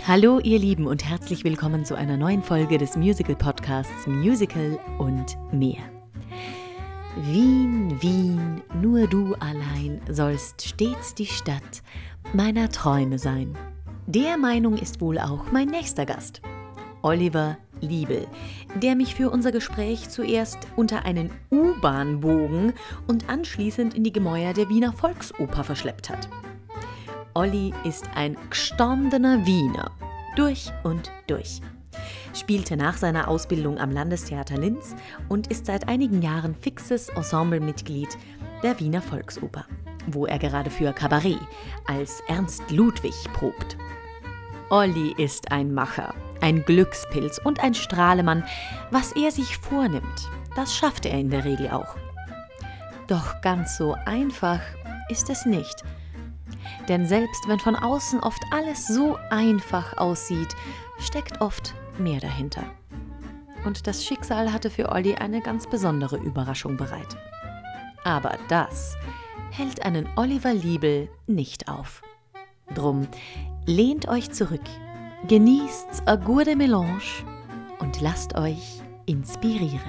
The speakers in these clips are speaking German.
Hallo ihr Lieben und herzlich willkommen zu einer neuen Folge des Musical-Podcasts Musical und mehr. Wien, Wien, nur du allein sollst stets die Stadt meiner Träume sein. Der Meinung ist wohl auch mein nächster Gast, Oliver Liebel, der mich für unser Gespräch zuerst unter einen U-Bahn-Bogen und anschließend in die Gemäuer der Wiener Volksoper verschleppt hat. Olli ist ein gestandener Wiener, durch und durch. Spielte nach seiner Ausbildung am Landestheater Linz und ist seit einigen Jahren fixes Ensemblemitglied der Wiener Volksoper, wo er gerade für Kabarett als Ernst Ludwig probt. Olli ist ein Macher, ein Glückspilz und ein Strahlemann. Was er sich vornimmt, das schafft er in der Regel auch. Doch ganz so einfach ist es nicht. Denn selbst wenn von außen oft alles so einfach aussieht, steckt oft mehr dahinter. Und das Schicksal hatte für Olli eine ganz besondere Überraschung bereit. Aber das hält einen Oliver Liebel nicht auf. Drum lehnt euch zurück, genießt a gute Melange und lasst euch inspirieren.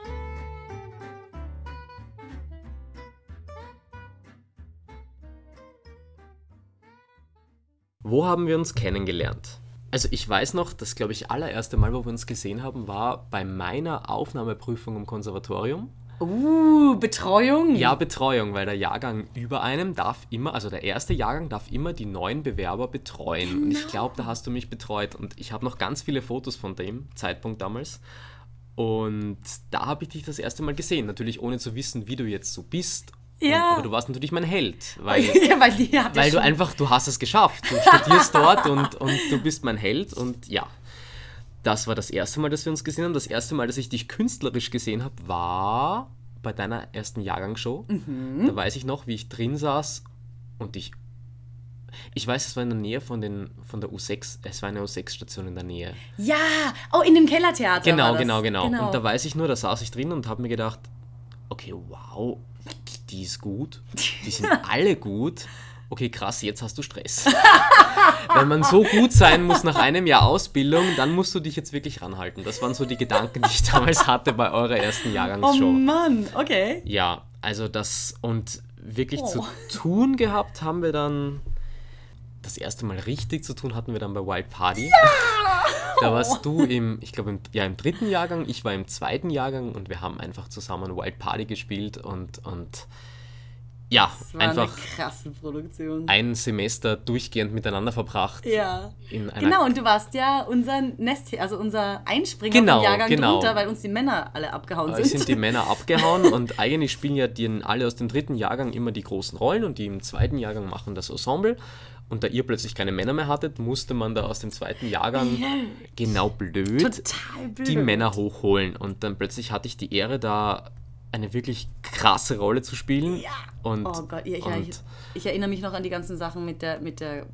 Wo haben wir uns kennengelernt? Also ich weiß noch, das glaube ich allererste Mal, wo wir uns gesehen haben, war bei meiner Aufnahmeprüfung im Konservatorium. Betreuung? Ja, Betreuung, weil der Jahrgang über einem darf immer, also der erste Jahrgang darf immer die neuen Bewerber betreuen. Genau. Und ich glaube, da hast du mich betreut und ich habe noch ganz viele Fotos von dem Zeitpunkt damals. Und da habe ich dich das erste Mal gesehen, natürlich ohne zu wissen, wie du jetzt so bist. Ja. Aber du warst natürlich mein Held, weil du hast es geschafft. Du studierst dort und du bist mein Held und ja. Das war das erste Mal, dass wir uns gesehen haben. Das erste Mal, dass ich dich künstlerisch gesehen habe, war bei deiner ersten Jahrgangsshow. Mhm. Da weiß ich noch, wie ich drin saß und ich weiß, es war in der Nähe von der U6, es war eine U6-Station in der Nähe. Ja, in dem Kellertheater. Genau. Und da weiß ich nur, da saß ich drin und habe mir gedacht, okay, wow, die ist gut, die sind alle gut. Okay, krass, jetzt hast du Stress. Wenn man so gut sein muss nach einem Jahr Ausbildung, dann musst du dich jetzt wirklich ranhalten. Das waren so die Gedanken, die ich damals hatte bei eurer ersten Jahrgangsshow. Oh Mann, okay. Ja, also das und wirklich zu tun gehabt haben wir dann, das erste Mal richtig zu tun hatten wir dann bei Wild Party. Ja! Da warst du im dritten Jahrgang, ich war im zweiten Jahrgang und wir haben einfach zusammen Wild Party gespielt und ja, das war einfach eine krasse Produktion. Ein Semester durchgehend miteinander verbracht. Ja, genau, und du warst ja unser Einspringer vom Jahrgang drunter, weil uns die Männer alle abgehauen sind. Es sind die Männer abgehauen und eigentlich spielen ja alle aus dem dritten Jahrgang immer die großen Rollen und die im zweiten Jahrgang machen das Ensemble. Und da ihr plötzlich keine Männer mehr hattet, musste man da aus dem zweiten Jahrgang total blöd die Männer hochholen. Und dann plötzlich hatte ich die Ehre, da eine wirklich krasse Rolle zu spielen. Ja. Oh Gott, ich erinnere mich noch an die ganzen Sachen mit der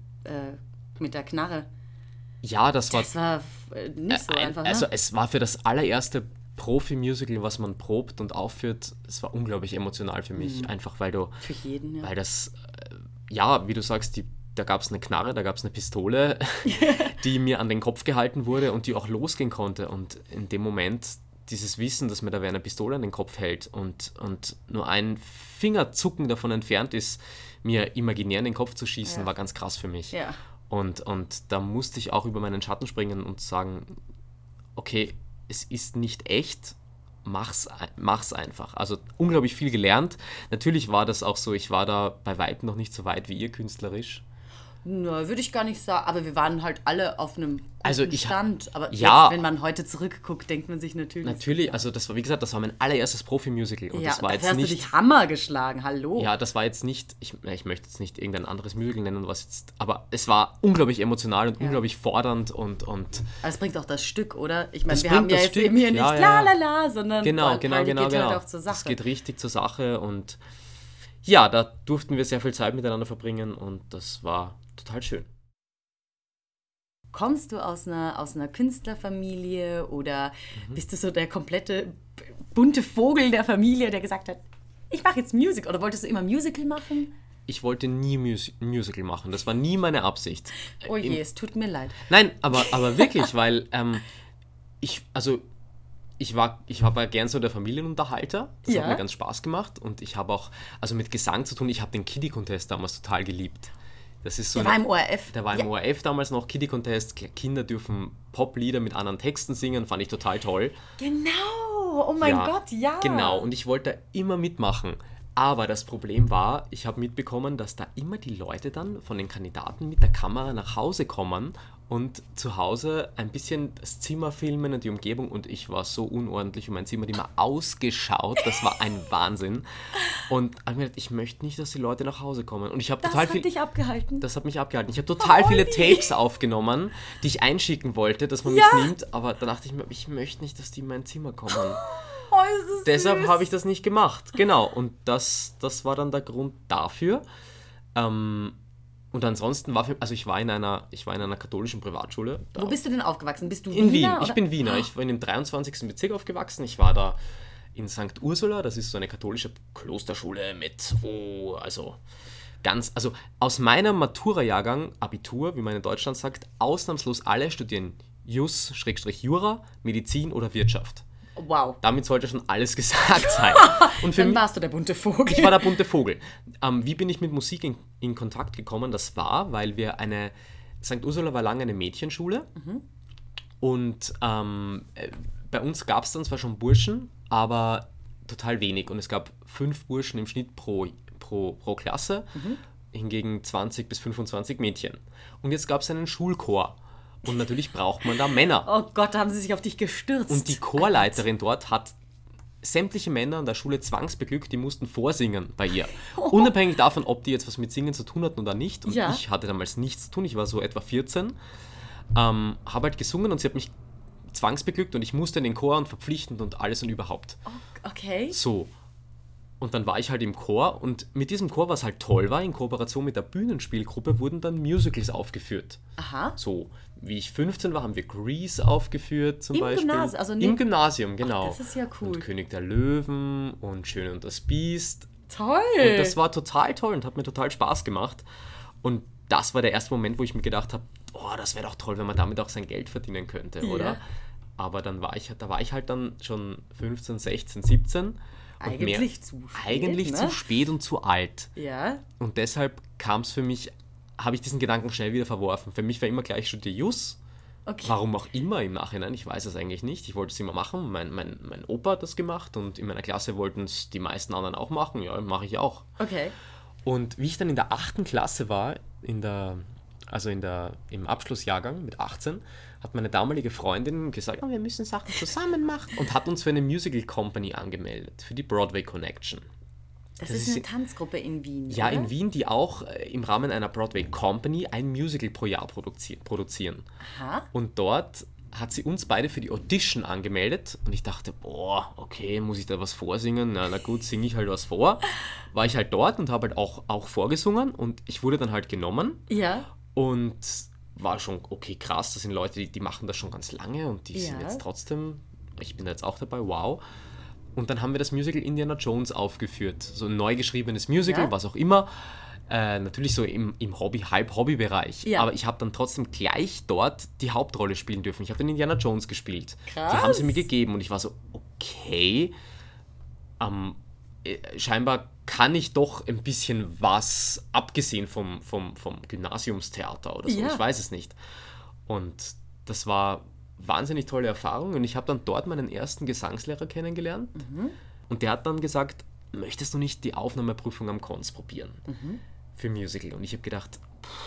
Knarre. Ja, das war nicht so einfach. Also es war für das allererste Profi-Musical, was man probt und aufführt, es war unglaublich emotional für mich. Einfach weil du... Für jeden, ja. Weil das, wie du sagst, da gab es eine Knarre, da gab es eine Pistole, die mir an den Kopf gehalten wurde und die auch losgehen konnte. Und in dem Moment dieses Wissen, dass mir da wer eine Pistole an den Kopf hält und nur ein Fingerzucken davon entfernt ist, mir imaginär in den Kopf zu schießen, war ganz krass für mich. Ja. Und da musste ich auch über meinen Schatten springen und sagen, okay, es ist nicht echt, mach's einfach. Also unglaublich viel gelernt. Natürlich war das auch so, ich war da bei weitem noch nicht so weit wie ihr künstlerisch. Na, würde ich gar nicht sagen, aber wir waren halt alle auf einem guten Stand. Aber jetzt, wenn man heute zurückguckt, denkt man sich natürlich... Natürlich, also das war, wie gesagt, das war mein allererstes Profi-Musical. Und das war jetzt hast nicht, du dich Hammer geschlagen, hallo. Ja, das war jetzt nicht, ich möchte jetzt nicht irgendein anderes Musical nennen, aber es war unglaublich emotional und unglaublich fordernd und... Aber es bringt auch das Stück, oder? Ich meine, wir haben ja jetzt eben hier nicht la, sondern genau. Geht halt auch zur Sache. Es geht richtig zur Sache und ja, da durften wir sehr viel Zeit miteinander verbringen und das war total schön. Kommst du aus einer Künstlerfamilie oder bist du so der komplette bunte Vogel der Familie, der gesagt hat, ich mache jetzt Musical? Oder wolltest du immer Musical machen? ich wollte nie Musical machen. Das war nie meine Absicht. Oh je, es tut mir leid. Nein, aber wirklich, weil ich war gern so der Familienunterhalter. Das hat mir ganz Spaß gemacht. Und ich habe auch, also mit Gesang zu tun, ich habe den Kiddie Contest damals total geliebt. Das ist so war im ORF. Der war im ORF damals noch, Kiddie Contest. Kinder dürfen Poplieder mit anderen Texten singen, fand ich total toll. Genau, oh mein Gott, ja. Genau, und ich wollte da immer mitmachen. Aber das Problem war, ich habe mitbekommen, dass da immer die Leute dann von den Kandidaten mit der Kamera nach Hause kommen und zu Hause ein bisschen das Zimmer filmen und die Umgebung, und ich war so unordentlich und mein Zimmer hat immer ausgeschaut, das war ein Wahnsinn. Und ich habe mir gedacht, ich möchte nicht, dass die Leute nach Hause kommen. Und ich habe total viel... Das hat dich abgehalten? Das hat mich abgehalten. Ich habe total viele Tapes aufgenommen, die ich einschicken wollte, dass man mich nimmt, aber da dachte ich mir, ich möchte nicht, dass die in mein Zimmer kommen. Deshalb habe ich das nicht gemacht. Genau, und das war dann der Grund dafür. Und ansonsten ich war in einer katholischen Privatschule. Wo bist du denn aufgewachsen? Bist du in Wiener? Wien. Oder? Ich bin Wiener. Ich war in dem 23. Bezirk aufgewachsen. Ich war da in St. Ursula. Das ist so eine katholische Klosterschule mit, aus meinem Matura-Jahrgang, Abitur, wie man in Deutschland sagt, ausnahmslos alle studieren Jura, Medizin oder Wirtschaft. Wow. Damit sollte schon alles gesagt sein. Und Dann warst du der bunte Vogel. Ich war der bunte Vogel. Wie bin ich mit Musik in Kontakt gekommen? Das war, weil St. Ursula war lange eine Mädchenschule. Und bei uns gab es dann zwar schon Burschen, aber total wenig. Und es gab 5 Burschen im Schnitt pro Klasse, hingegen 20 bis 25 Mädchen. Und jetzt gab es einen Schulchor. Und natürlich braucht man da Männer. Oh Gott, da haben sie sich auf dich gestürzt. Und die Chorleiterin dort hat sämtliche Männer an der Schule zwangsbeglückt, die mussten vorsingen bei ihr. Unabhängig davon, ob die jetzt was mit Singen zu tun hatten oder nicht. Und ich hatte damals nichts zu tun, ich war so etwa 14. Habe halt gesungen und sie hat mich zwangsbeglückt und ich musste in den Chor und verpflichtend und alles und überhaupt. Okay. So. Und dann war ich halt im Chor und mit diesem Chor, was halt toll war, in Kooperation mit der Bühnenspielgruppe wurden dann Musicals aufgeführt. Aha. So, wie ich 15 war, haben wir Grease aufgeführt zum Beispiel. Im Gymnasium, genau. Ach, das ist ja cool. Und König der Löwen und Schön und das Biest. Toll. Und das war total toll und hat mir total Spaß gemacht. Und das war der erste Moment, wo ich mir gedacht habe, das wäre doch toll, wenn man damit auch sein Geld verdienen könnte, oder? Aber da war ich halt dann schon 15, 16, 17. Eigentlich zu spät, zu spät und zu alt. Ja. Und deshalb habe ich diesen Gedanken schnell wieder verworfen. Für mich war immer klar, ich studiere Jus. Okay. Warum auch immer im Nachhinein, ich weiß es eigentlich nicht. Ich wollte es immer machen, mein Opa hat das gemacht und in meiner Klasse wollten es die meisten anderen auch machen. Ja, mache ich auch. Okay. Und wie ich dann in der 8. Klasse war, im Abschlussjahrgang mit 18, hat meine damalige Freundin gesagt, wir müssen Sachen zusammen machen und hat uns für eine Musical Company angemeldet, für die Broadway Connection. Das ist eine Tanzgruppe in Wien, Ja, oder? in Wien, die auch im Rahmen einer Broadway Company ein Musical pro Jahr produzieren. Aha. Und dort hat sie uns beide für die Audition angemeldet und ich dachte, okay, muss ich da was vorsingen? Na gut, singe ich halt was vor. War ich halt dort und habe halt auch vorgesungen und ich wurde dann halt genommen. Ja. Und war schon, okay, krass, das sind Leute, die machen das schon ganz lange und die sind jetzt trotzdem, ich bin da jetzt auch dabei, wow. Und dann haben wir das Musical Indiana Jones aufgeführt, so ein neu geschriebenes Musical, was auch immer, natürlich so im Halb-Hobby-Bereich, aber ich habe dann trotzdem gleich dort die Hauptrolle spielen dürfen. Ich habe den Indiana Jones gespielt. Krass. Die haben sie mir gegeben und ich war so, okay, scheinbar kann ich doch ein bisschen was, abgesehen vom Gymnasiumstheater oder so, ich weiß es nicht. Und das war wahnsinnig tolle Erfahrung und ich habe dann dort meinen ersten Gesangslehrer kennengelernt und der hat dann gesagt, möchtest du nicht die Aufnahmeprüfung am Konz probieren für Musical? Und ich habe gedacht,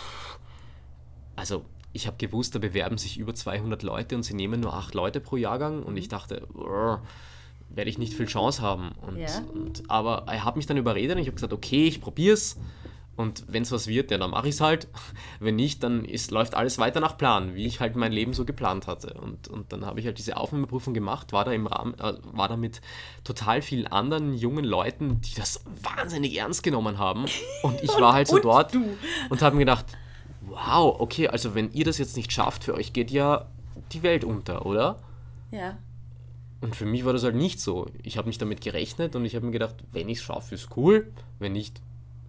ich habe gewusst, da bewerben sich über 200 Leute und sie nehmen nur 8 Leute pro Jahrgang und ich dachte, werde ich nicht viel Chance haben. Aber er hat mich dann überredet und ich habe gesagt, okay, ich probiere es. Und wenn es was wird, dann mache ich es halt. Wenn nicht, dann läuft alles weiter nach Plan, wie ich halt mein Leben so geplant hatte. Und dann habe ich halt diese Aufnahmeprüfung gemacht, war da mit total vielen anderen jungen Leuten, die das wahnsinnig ernst genommen haben. Und ich war halt so dort und habe mir gedacht, wow, okay, also wenn ihr das jetzt nicht schafft, für euch geht ja die Welt unter, oder? Ja. Und für mich war das halt nicht so. Ich habe mich damit gerechnet und ich habe mir gedacht, wenn ich es schaffe, ist cool. Wenn nicht,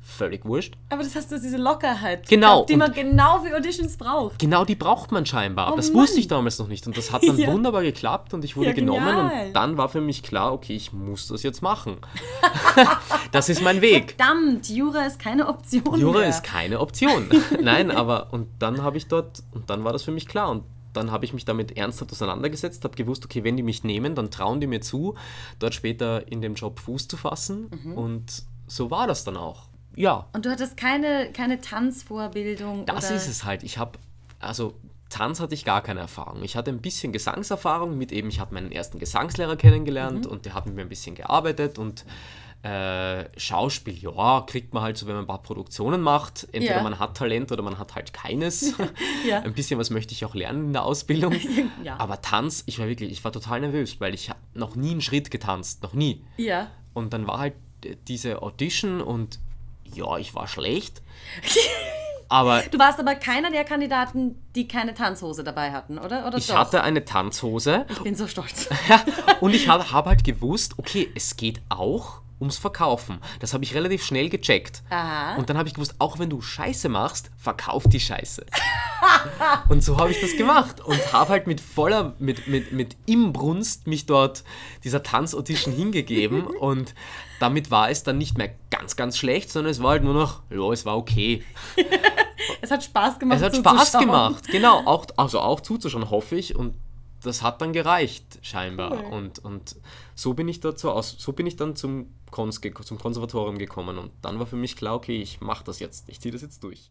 völlig wurscht. Aber das hast du diese Lockerheit, genau, die man genau für Auditions braucht. Genau, die braucht man scheinbar. Aber das wusste ich damals noch nicht. Und das hat dann wunderbar geklappt und ich wurde genommen. Und dann war für mich klar, okay, ich muss das jetzt machen. Das ist mein Weg. Verdammt, Jura ist keine Option Jura ist keine Option. Nein, aber und dann habe ich dort, und dann war das für mich klar. Und dann habe ich mich damit ernsthaft auseinandergesetzt, habe gewusst, okay, wenn die mich nehmen, dann trauen die mir zu, dort später in dem Job Fuß zu fassen. Und so war das dann auch. Ja. Und du hattest keine Tanzvorbildung? Das ist es halt. Tanz hatte ich gar keine Erfahrung. Ich hatte ein bisschen Gesangserfahrung ich habe meinen ersten Gesangslehrer kennengelernt und der hat mit mir ein bisschen gearbeitet und Schauspiel, ja, kriegt man halt so, wenn man ein paar Produktionen macht. Entweder man hat Talent oder man hat halt keines. Ein bisschen was möchte ich auch lernen in der Ausbildung. Aber Tanz, ich war total nervös, weil ich noch nie einen Schritt getanzt, noch nie. Ja. Und dann war halt diese Audition und ja, ich war schlecht. Aber du warst aber keiner der Kandidaten, die keine Tanzhose dabei hatten, oder ich hatte eine Tanzhose. Ich bin so stolz. Und ich habe halt gewusst, okay, es geht auch ums Verkaufen. Das habe ich relativ schnell gecheckt. Aha. Und dann habe ich gewusst, auch wenn du Scheiße machst, verkauf die Scheiße. Und so habe ich das gemacht und habe halt mit Inbrunst mich dort dieser Tanzaudition hingegeben und damit war es dann nicht mehr ganz, ganz schlecht, sondern es war halt nur noch, ja, es war okay. Es hat Spaß gemacht. Es hat Spaß gemacht, genau. Auch zuzuschauen, hoffe ich. Und das hat dann gereicht, scheinbar. Cool. Und so bin ich dann zum Konservatorium gekommen. Und dann war für mich klar, okay, ich mache das jetzt. Ich ziehe das jetzt durch.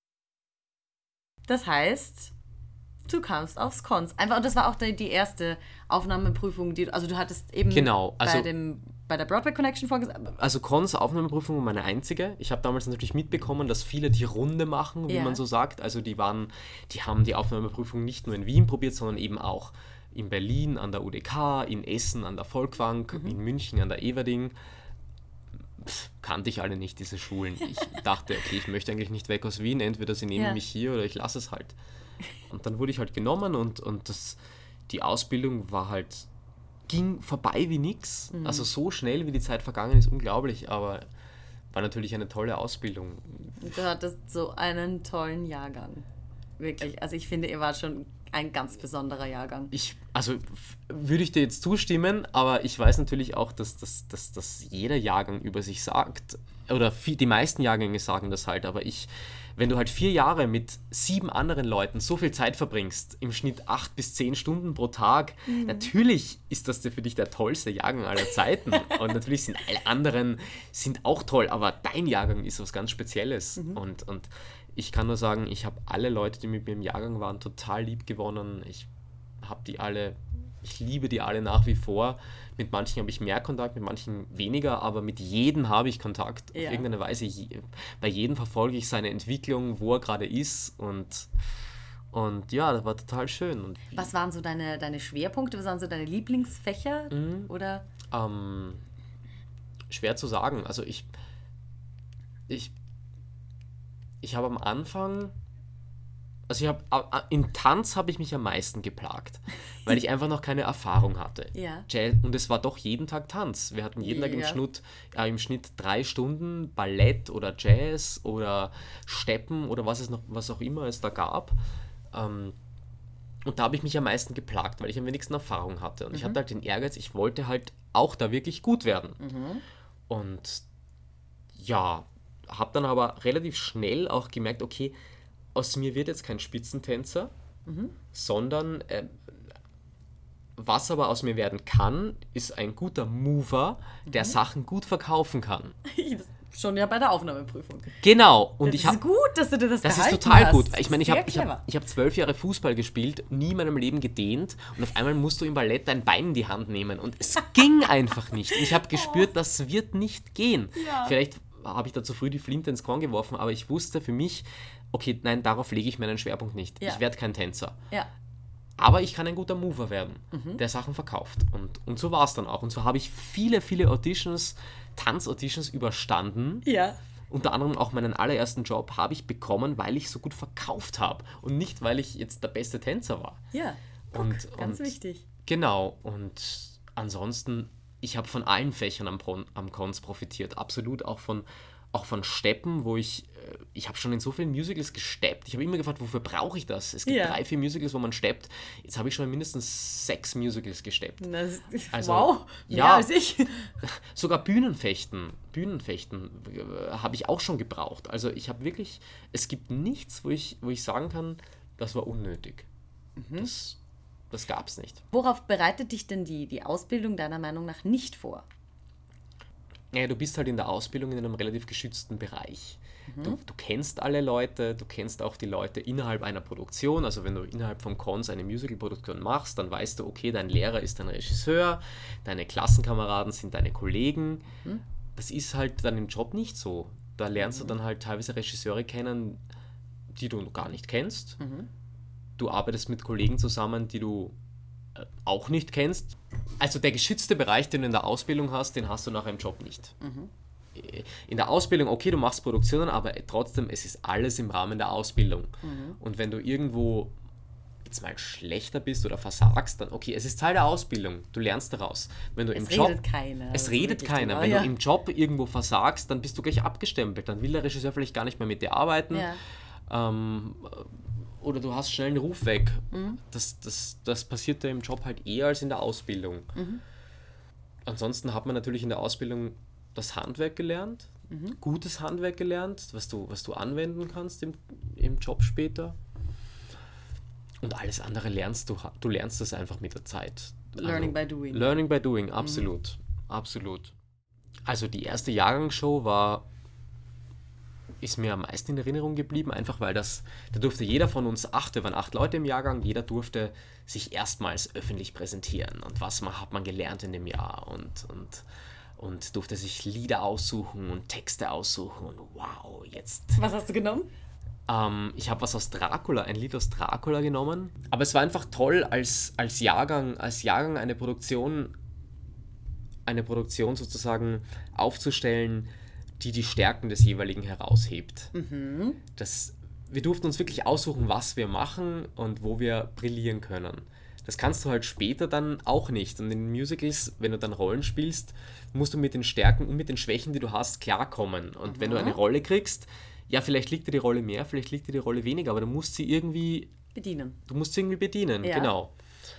Das heißt, du kamst aufs Cons. Und das war auch die erste Aufnahmeprüfung, du hattest eben bei der Broadway Connection vorgesagt. Also Cons Aufnahmeprüfung war meine einzige. Ich habe damals natürlich mitbekommen, dass viele die Runde machen, wie man so sagt. Also die haben die Aufnahmeprüfung nicht nur in Wien probiert, sondern eben auch in Berlin an der UDK, in Essen an der Folkwang, in München an der Everding. Kannte ich alle nicht, diese Schulen. Ich dachte, okay, ich möchte eigentlich nicht weg aus Wien, entweder sie nehmen mich hier oder ich lasse es halt. Und dann wurde ich halt genommen und die Ausbildung ging vorbei wie nix. Also so schnell, wie die Zeit vergangen ist, unglaublich, aber war natürlich eine tolle Ausbildung. Du hattest so einen tollen Jahrgang. Wirklich. Also ich finde, ihr wart schon ein ganz besonderer Jahrgang. Würde ich dir jetzt zustimmen, aber ich weiß natürlich auch, dass jeder Jahrgang über sich sagt, oder die meisten Jahrgänge sagen das halt, aber wenn du halt 4 Jahre mit 7 anderen Leuten so viel Zeit verbringst, im Schnitt 8 bis 10 Stunden pro Tag, natürlich ist das für dich der tollste Jahrgang aller Zeiten. Und natürlich sind alle anderen auch toll, aber dein Jahrgang ist was ganz Spezielles. Und ich kann nur sagen, ich habe alle Leute, die mit mir im Jahrgang waren, total lieb gewonnen. Ich liebe die alle nach wie vor. Mit manchen habe ich mehr Kontakt, mit manchen weniger, aber mit jedem habe ich Kontakt. Auf irgendeine Weise. Bei jedem verfolge ich seine Entwicklung, wo er gerade ist und ja, das war total schön. Und was waren so deine Schwerpunkte? Was waren so deine Lieblingsfächer? Oder? Schwer zu sagen. Also ich habe am Anfang... in Tanz habe ich mich am meisten geplagt, weil ich einfach noch keine Erfahrung hatte. Ja. Und es war doch jeden Tag Tanz. Wir hatten jeden Tag im Schnitt 3 Stunden Ballett oder Jazz oder Steppen oder was auch immer es da gab. Und da habe ich mich am meisten geplagt, weil ich am wenigsten Erfahrung hatte. Und ich hatte halt den Ehrgeiz, ich wollte halt auch da wirklich gut werden. Und ja, habe dann aber relativ schnell auch gemerkt, okay, aus mir wird jetzt kein Spitzentänzer, sondern was aber aus mir werden kann, ist ein guter Mover, der Sachen gut verkaufen kann. Schon ja bei der Aufnahmeprüfung. Genau. Und das ist gut, dass du dir das ist total gut. Ich meine, ich hab 12 Jahre Fußball gespielt, nie in meinem Leben gedehnt und auf einmal musst du im Ballett dein Bein in die Hand nehmen und es ging einfach nicht. Ich habe gespürt, das wird nicht gehen. Ja. Vielleicht habe ich da zu früh die Flinte ins Korn geworfen, aber ich wusste für mich, okay, nein, darauf lege ich meinen Schwerpunkt nicht. Ja. Ich werde kein Tänzer. Ja. Aber ich kann ein guter Mover werden, der Sachen verkauft. Und so war es dann auch. Und so habe ich viele, viele Tanzauditions überstanden. Ja. Unter anderem auch meinen allerersten Job habe ich bekommen, weil ich so gut verkauft habe. Und nicht, weil ich jetzt der beste Tänzer war. Ja, ganz wichtig. Genau. Und ansonsten, ich habe von allen Fächern am Cons profitiert. Absolut auch von auch von Steppen, wo ich habe schon in so vielen Musicals gesteppt. Ich habe immer gefragt, wofür brauche ich das? Es gibt 3, 4 Musicals, wo man steppt. Jetzt habe ich schon mindestens 6 Musicals gesteppt. Also, wow, ja, als ich. Sogar Bühnenfechten habe ich auch schon gebraucht. Also ich habe wirklich, es gibt nichts, wo ich sagen kann, das war unnötig. Das gab es nicht. Worauf bereitet dich denn die Ausbildung deiner Meinung nach nicht vor? Ja, du bist halt in der Ausbildung in einem relativ geschützten Bereich. Du kennst alle Leute, du kennst auch die Leute innerhalb einer Produktion. Also wenn du innerhalb von Cons eine Musical-Produktion machst, dann weißt du, okay, dein Lehrer ist dein Regisseur, deine Klassenkameraden sind deine Kollegen. Das ist halt dann im Job nicht so. Da lernst du dann halt teilweise Regisseure kennen, die du gar nicht kennst. Du arbeitest mit Kollegen zusammen, die du auch nicht kennst. Also der geschützte Bereich, den du in der Ausbildung hast, den hast du nach einem Job nicht. In der Ausbildung, okay, du machst Produktionen, aber trotzdem, es ist alles im Rahmen der Ausbildung. Und wenn du irgendwo jetzt mal schlechter bist oder versagst, dann okay, es ist Teil der Ausbildung, du lernst daraus. Wenn du im Job, es redet keiner. Wenn du im Job irgendwo versagst, dann bist du gleich abgestempelt, dann will der Regisseur vielleicht gar nicht mehr mit dir arbeiten. Oder du hast schnell einen Ruf weg. Das passiert ja im Job halt eher als in der Ausbildung. Ansonsten hat man natürlich in der Ausbildung das Handwerk gelernt, gutes Handwerk gelernt, was du anwenden kannst im Job später. Und alles andere lernst du. Du lernst das einfach mit der Zeit. Learning by doing. Learning by doing, absolut. Absolut. Also die erste Jahrgangsshow ist mir am meisten in Erinnerung geblieben, einfach weil da durfte jeder von uns wir waren 8 Leute im Jahrgang, jeder durfte sich erstmals öffentlich präsentieren und was hat man gelernt in dem Jahr und durfte sich Lieder aussuchen und Texte aussuchen und wow, jetzt... Was hast du genommen? Ich habe ein Lied aus Dracula genommen, aber es war einfach toll, als Jahrgang eine Produktion sozusagen aufzustellen, die Stärken des jeweiligen heraushebt. Wir durften uns wirklich aussuchen, was wir machen und wo wir brillieren können. Das kannst du halt später dann auch nicht. Und in Musicals, wenn du dann Rollen spielst, musst du mit den Stärken und mit den Schwächen, die du hast, klarkommen. Und wenn du eine Rolle kriegst, ja, vielleicht liegt dir die Rolle mehr, vielleicht liegt dir die Rolle weniger, aber du musst sie irgendwie bedienen. Ja. Genau.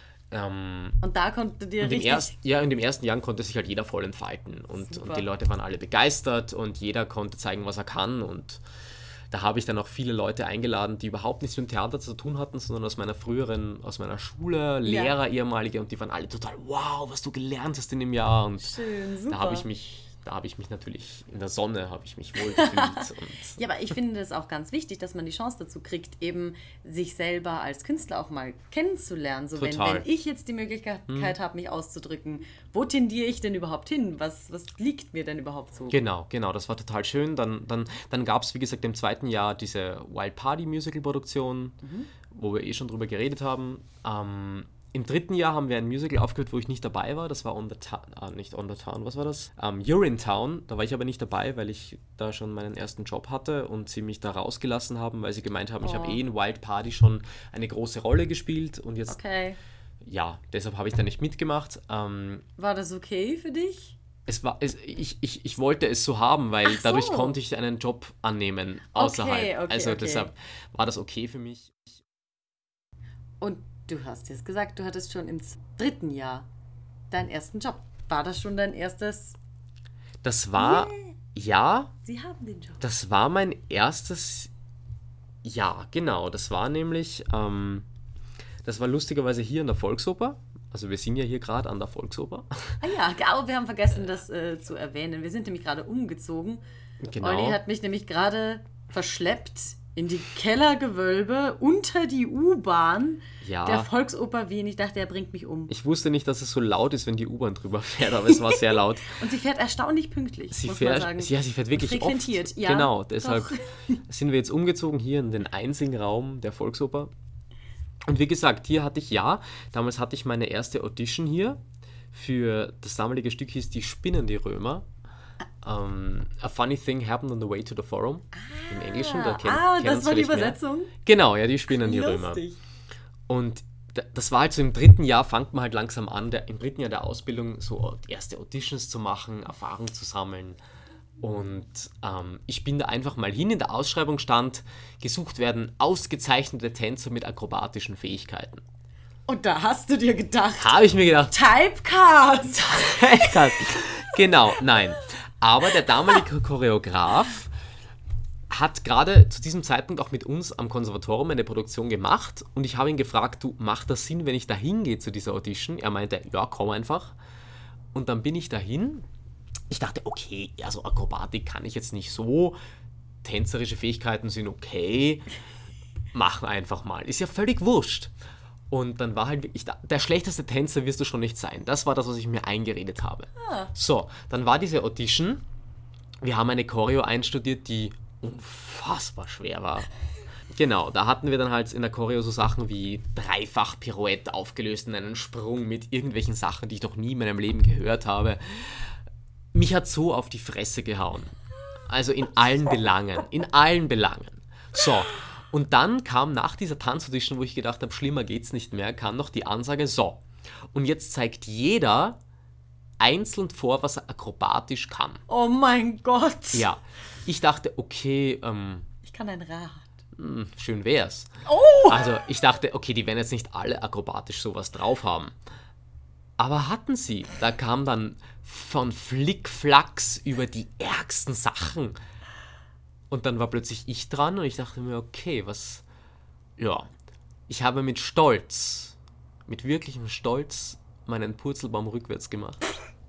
Und da konnte dir in dem ersten Jahr konnte sich halt jeder voll entfalten und die Leute waren alle begeistert und jeder konnte zeigen, was er kann und da habe ich dann auch viele Leute eingeladen, die überhaupt nichts mit dem Theater zu tun hatten, sondern aus meiner Schule, Lehrer, ehemalige und die waren alle total, wow, was du gelernt hast in dem Jahr und schön, super. Da habe ich mich natürlich, in der Sonne habe ich mich wohl gefühlt. Ja, aber ich finde es auch ganz wichtig, dass man die Chance dazu kriegt, eben sich selber als Künstler auch mal kennenzulernen. So, wenn ich jetzt die Möglichkeit habe, mich auszudrücken, wo tendiere ich denn überhaupt hin? Was liegt mir denn überhaupt so? Genau, das war total schön. Dann gab es, wie gesagt, im zweiten Jahr diese Wild Party Musical-Produktion, wo wir schon drüber geredet haben. Im dritten Jahr haben wir ein Musical aufgeführt, wo ich nicht dabei war. Das war nicht On the Town, was war das? Urinetown. Da war ich aber nicht dabei, weil ich da schon meinen ersten Job hatte und sie mich da rausgelassen haben, weil sie gemeint haben, ich habe in Wild Party schon eine große Rolle gespielt und jetzt... Okay. Ja, deshalb habe ich da nicht mitgemacht. War das okay für dich? Ich wollte es so haben, weil dadurch konnte ich einen Job annehmen außerhalb. Deshalb war das okay für mich. Und du hast jetzt gesagt, du hattest schon im dritten Jahr deinen ersten Job. War das schon dein erstes? Das war, ja. Sie haben den Job. Das war mein erstes, ja, genau. Das war nämlich, das war lustigerweise hier in der Volksoper. Also wir sind ja hier gerade an der Volksoper. Ah ja, wir haben vergessen, das zu erwähnen. Wir sind nämlich gerade umgezogen. Genau. Olli hat mich nämlich gerade verschleppt in die Kellergewölbe unter die U-Bahn der Volksoper Wien. Ich dachte, er bringt mich um. Ich wusste nicht, dass es so laut ist, wenn die U-Bahn drüber fährt, aber es war sehr laut. Und sie fährt erstaunlich pünktlich, muss man sagen. Ja, sie fährt wirklich frequentiert. Oft. Ja, genau, deshalb sind wir jetzt umgezogen hier in den Einsing-Raum der Volksoper. Und wie gesagt, damals hatte ich meine erste Audition hier. Für das damalige Stück hieß Die Spinnen, die Römer. A Funny Thing Happened on the Way to the Forum. Im Englischen. Das war die Übersetzung? Mehr. Genau, ja, die Spinnen, die Römer. Und das war halt so im dritten Jahr, fängt man halt langsam an, im dritten Jahr der Ausbildung so erste Auditions zu machen, Erfahrung zu sammeln. Und ich bin da einfach mal hin. In der Ausschreibung stand, gesucht werden ausgezeichnete Tänzer mit akrobatischen Fähigkeiten. Und da hast du dir gedacht... Habe ich mir gedacht... Typecast! Typecast! Genau, nein. Aber der damalige Choreograf hat gerade zu diesem Zeitpunkt auch mit uns am Konservatorium eine Produktion gemacht. Und ich habe ihn gefragt, du, macht das Sinn, wenn ich da hingehe zu dieser Audition? Er meinte, ja, komm einfach. Und dann bin ich dahin. Ich dachte, okay, also Akrobatik kann ich jetzt nicht so. Tänzerische Fähigkeiten sind okay. Machen einfach mal. Ist ja völlig wurscht. Und dann war halt wirklich, der schlechteste Tänzer wirst du schon nicht sein. Das war das, was ich mir eingeredet habe. So, dann war diese Audition. Wir haben eine Choreo einstudiert, die unfassbar schwer war. Genau, da hatten wir dann halt in der Choreo so Sachen wie Dreifach-Pirouette aufgelöst in einen Sprung mit irgendwelchen Sachen, die ich noch nie in meinem Leben gehört habe. Mich hat so auf die Fresse gehauen. Also in allen Belangen. In allen Belangen. So, und dann kam nach dieser Tanzaudition, wo ich gedacht habe, schlimmer geht's nicht mehr, kam noch die Ansage, so, und jetzt zeigt jeder einzeln vor, was er akrobatisch kann. Oh mein Gott. Ja, ich dachte, okay, ich kann ein Rad. Schön wär's. Oh! Also ich dachte, okay, die werden jetzt nicht alle akrobatisch sowas drauf haben. Aber hatten sie. Da kam dann von Flickflacks über die ärgsten Sachen. Und dann war plötzlich ich dran und ich dachte mir, okay, was... Ja, ich habe mit Stolz, mit wirklichem Stolz, meinen Purzelbaum rückwärts gemacht.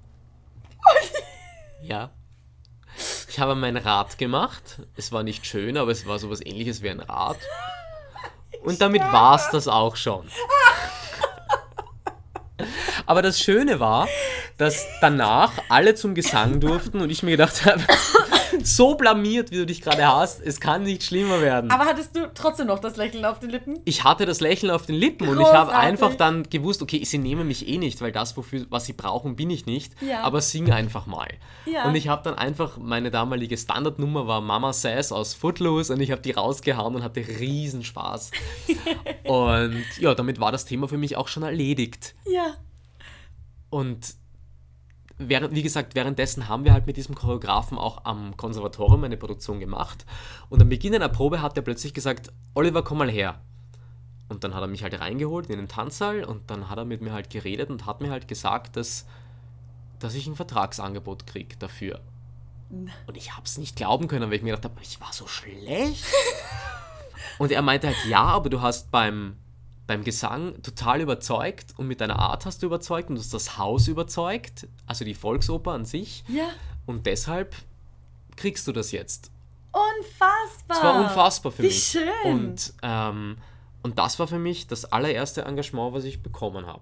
Ja. Ich habe mein Rad gemacht. Es war nicht schön, aber es war sowas Ähnliches wie ein Rad. Und damit war es das auch schon. Aber das Schöne war, dass danach alle zum Gesang durften und ich mir gedacht habe, so blamiert, wie du dich gerade hast, es kann nicht schlimmer werden. Aber hattest du trotzdem noch das Lächeln auf den Lippen? Ich hatte das Lächeln auf den Lippen. Großartig. Und ich habe einfach dann gewusst, okay, sie nehmen mich eh nicht, weil das, was sie brauchen, bin ich nicht, aber sing einfach mal. Ja. Und ich habe dann einfach, meine damalige Standardnummer war Mama Says aus Footloose und ich habe die rausgehauen und hatte riesen Spaß. Und ja, damit war das Thema für mich auch schon erledigt. Ja. Und wie gesagt, währenddessen haben wir halt mit diesem Choreografen auch am Konservatorium eine Produktion gemacht. Und am Beginn einer Probe hat er plötzlich gesagt, Oliver, komm mal her. Und dann hat er mich halt reingeholt in den Tanzsaal und dann hat er mit mir halt geredet und hat mir halt gesagt, dass ich ein Vertragsangebot kriege dafür. Und ich habe es nicht glauben können, weil ich mir gedacht habe, ich war so schlecht. Und er meinte halt, ja, aber du hast beim Gesang total überzeugt und mit deiner Art hast du überzeugt und du hast das Haus überzeugt, also die Volksoper an sich. Ja. Und deshalb kriegst du das jetzt. Unfassbar. Es war unfassbar für mich. Wie schön. Und das war für mich das allererste Engagement, was ich bekommen habe.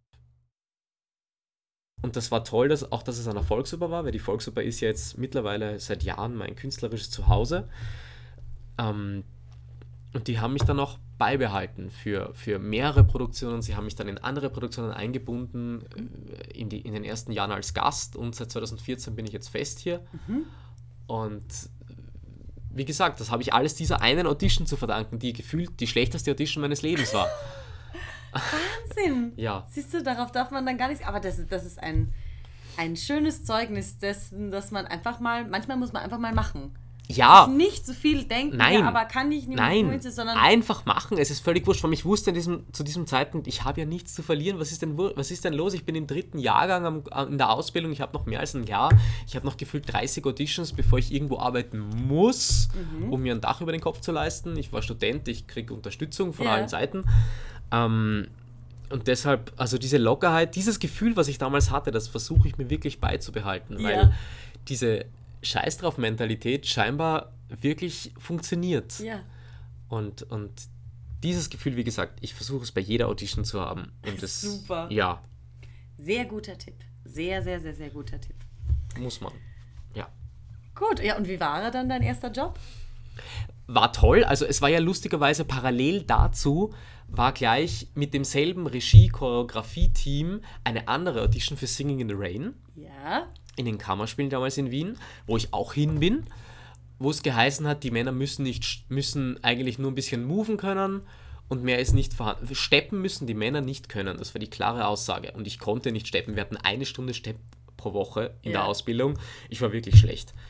Und das war toll, dass es an der Volksoper war, weil die Volksoper ist ja jetzt mittlerweile seit Jahren mein künstlerisches Zuhause. Und die haben mich dann auch beibehalten für mehrere Produktionen. Sie haben mich dann in andere Produktionen eingebunden, in den ersten Jahren als Gast und seit 2014 bin ich jetzt fest hier. Und wie gesagt, das habe ich alles dieser einen Audition zu verdanken, die gefühlt die schlechteste Audition meines Lebens war. Wahnsinn! Ja. Siehst du, darauf darf man dann gar nichts... Aber das ist ein schönes Zeugnis dessen, dass man einfach mal... Manchmal muss man einfach mal machen. Ja. Nicht so viel denken, Nein. aber kann ich nicht Nein. sondern... Einfach machen. Es ist völlig wurscht. Ich wusste zu diesem Zeitpunkt, ich habe ja nichts zu verlieren. Was ist denn los? Ich bin im 3. Jahrgang in der Ausbildung. Ich habe noch mehr als ein Jahr. Ich habe noch gefühlt 30 Auditions, bevor ich irgendwo arbeiten muss, um mir ein Dach über den Kopf zu leisten. Ich war Student, ich kriege Unterstützung von allen Seiten. Und deshalb, also diese Lockerheit, dieses Gefühl, was ich damals hatte, das versuche ich mir wirklich beizubehalten, weil diese Scheiß-drauf-Mentalität scheinbar wirklich funktioniert. Ja. Und dieses Gefühl, wie gesagt, ich versuche es bei jeder Audition zu haben. Und das, super. Ja. Sehr guter Tipp. Sehr, sehr, sehr, sehr guter Tipp. Muss man. Ja. Gut, ja, und wie war dann dein erster Job? War toll, also es war ja lustigerweise parallel dazu, war gleich mit demselben Regie-Choreografie-Team eine andere Audition für Singing in the Rain. Ja. In den Kammerspielen damals in Wien, wo ich auch hin bin, wo es geheißen hat, die Männer müssen eigentlich nur ein bisschen moven können und mehr ist nicht vorhanden. Steppen müssen die Männer nicht können, das war die klare Aussage. Und ich konnte nicht steppen, wir hatten 1 Stunde Stepp pro Woche in der Ausbildung. Ich war wirklich schlecht.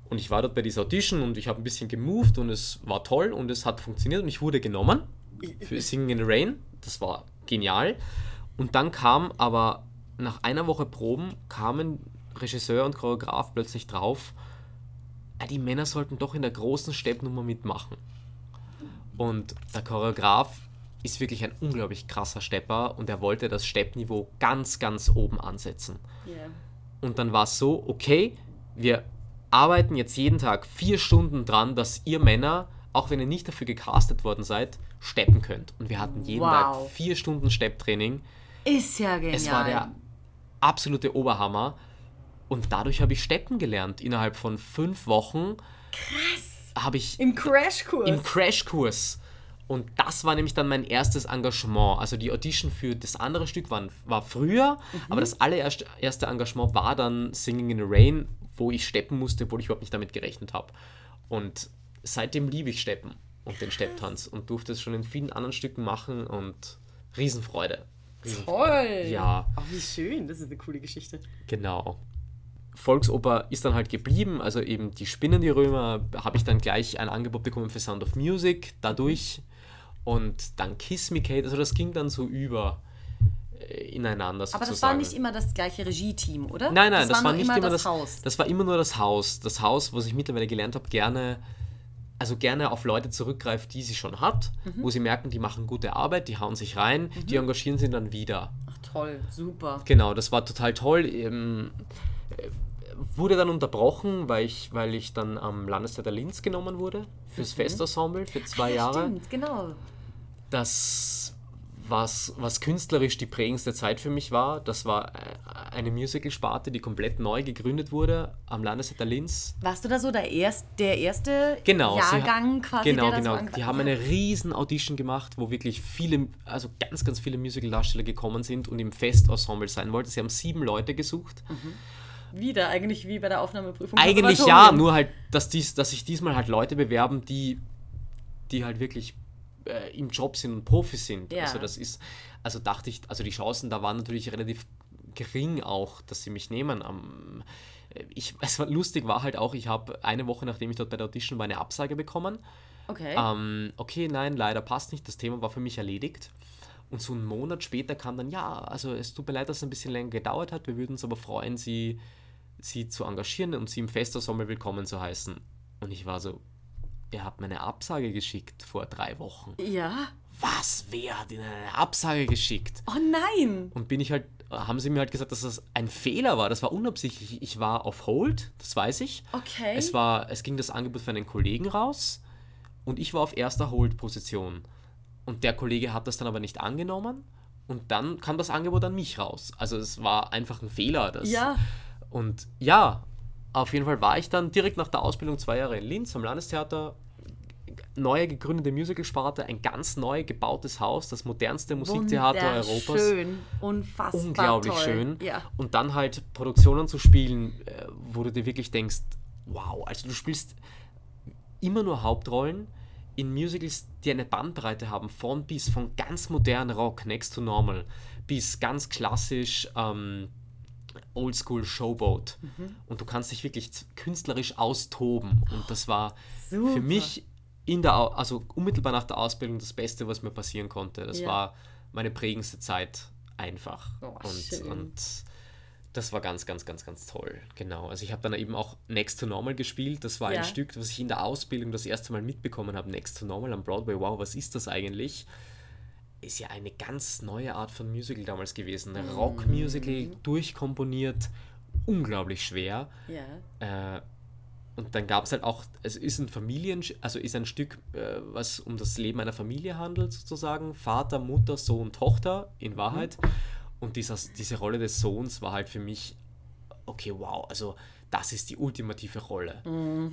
Und ich war dort bei dieser Audition und ich habe ein bisschen gemoved und es war toll und es hat funktioniert und ich wurde genommen für Singing in the Rain. Das war genial. Und dann kam aber nach einer Woche Proben, kamen Regisseur und Choreograf plötzlich drauf, die Männer sollten doch in der großen Steppnummer mitmachen. Und der Choreograf ist wirklich ein unglaublich krasser Stepper und er wollte das Steppniveau ganz, ganz oben ansetzen. Yeah. Und dann war es so, okay, wir arbeiten jetzt jeden Tag 4 Stunden dran, dass ihr Männer, auch wenn ihr nicht dafür gecastet worden seid, steppen könnt. Und wir hatten jeden Tag 4 Stunden Stepptraining. Ist ja genial. Es war der absolute Oberhammer. Und dadurch habe ich steppen gelernt. Innerhalb von 5 Wochen. Krass. Habe ich... Im Crashkurs. Im Crashkurs. Und das war nämlich dann mein erstes Engagement. Also die Audition für das andere Stück war früher, aber das allererste Engagement war dann Singing in the Rain, wo ich steppen musste, obwohl ich überhaupt nicht damit gerechnet habe. Und seitdem liebe ich Steppen und den Stepptanz und durfte es schon in vielen anderen Stücken machen und Riesenfreude. Toll! Ja. Oh, wie schön, das ist eine coole Geschichte. Genau. Volksoper ist dann halt geblieben, also eben die Spinnen, die Römer, habe ich dann gleich ein Angebot bekommen für Sound of Music, dadurch. Und dann Kiss Me Kate, also das ging dann so ineinander sozusagen. Aber das war nicht immer das gleiche Regie-Team, oder? Nein, das war nicht immer das Haus. Das war immer nur das Haus. Das Haus, was ich mittlerweile gelernt habe, gerne auf Leute zurückgreift, die sie schon hat, wo sie merken, die machen gute Arbeit, die hauen sich rein, die engagieren sie dann wieder. Ach toll, super. Genau, das war total toll. Wurde dann unterbrochen, weil ich dann am Landestheater Linz genommen wurde, fürs Festensemble, für 2 Jahre. Stimmt, genau. Das, was künstlerisch die prägendste Zeit für mich war, das war eine Musical-Sparte, die komplett neu gegründet wurde am Landestheater Linz. Warst du da so der erste genau, Jahrgang quasi, Genau, der das genau. Die haben eine riesen Audition gemacht, wo wirklich ganz, ganz viele Musical-Darsteller gekommen sind und im Festensemble sein wollten. Sie haben 7 Leute gesucht. Wieder, eigentlich wie bei der Aufnahmeprüfung. Eigentlich ja, nur halt, dass sich diesmal halt Leute bewerben, die halt wirklich im Job sind und Profis sind. Ja. Dachte ich, die Chancen da waren natürlich relativ gering auch, dass sie mich nehmen. Lustig war halt auch, ich habe eine Woche, nachdem ich dort bei der Audition war, eine Absage bekommen. Okay. Okay, nein, leider passt nicht, das Thema war für mich erledigt. Und so einen Monat später kam dann, es tut mir leid, dass es ein bisschen länger gedauert hat, wir würden uns aber freuen, Sie zu engagieren und Sie im Festensemble willkommen zu heißen. Und ich war so, ihr habt mir eine Absage geschickt vor 3 Wochen. Ja. Was? Wer hat Ihnen eine Absage geschickt? Oh nein! Und haben sie mir halt gesagt, dass das ein Fehler war. Das war unabsichtlich. Ich war auf Hold, das weiß ich. Okay. Es ging das Angebot für einen Kollegen raus und ich war auf erster Hold-Position. Und der Kollege hat das dann aber nicht angenommen und dann kam das Angebot an mich raus. Also es war einfach ein Fehler. Ja. Und ja, auf jeden Fall war ich dann direkt nach der Ausbildung 2 Jahre in Linz am Landestheater. Neue gegründete Musical-Sparte, ein ganz neu gebautes Haus, das modernste Musiktheater Europas. Schön, unfassbar unglaublich toll. schön. Ja. Und dann halt Produktionen zu spielen, wo du dir wirklich denkst, wow, also du spielst immer nur Hauptrollen in Musicals, die eine Bandbreite haben, von ganz modern Rock, Next to Normal, bis ganz klassisch Oldschool Showboat. Und du kannst dich wirklich künstlerisch austoben. Und das war Super. für mich unmittelbar nach der Ausbildung das Beste, was mir passieren konnte. Das war meine prägendste Zeit einfach. Und das war ganz, ganz, ganz, ganz toll. Genau. Also ich habe dann eben auch Next to Normal gespielt. Das war ein Stück, was ich in der Ausbildung das erste Mal mitbekommen habe. Next to Normal am Broadway. Wow, was ist das eigentlich? Ist ja eine ganz neue Art von Musical damals gewesen. Rock-Musical, durchkomponiert, unglaublich schwer. Ja. Und dann gab es halt auch, es ist ist ein Stück, was um das Leben einer Familie handelt, sozusagen. Vater, Mutter, Sohn, Tochter, in Wahrheit. Und diese Rolle des Sohns war halt für mich, okay, wow, also das ist die ultimative Rolle.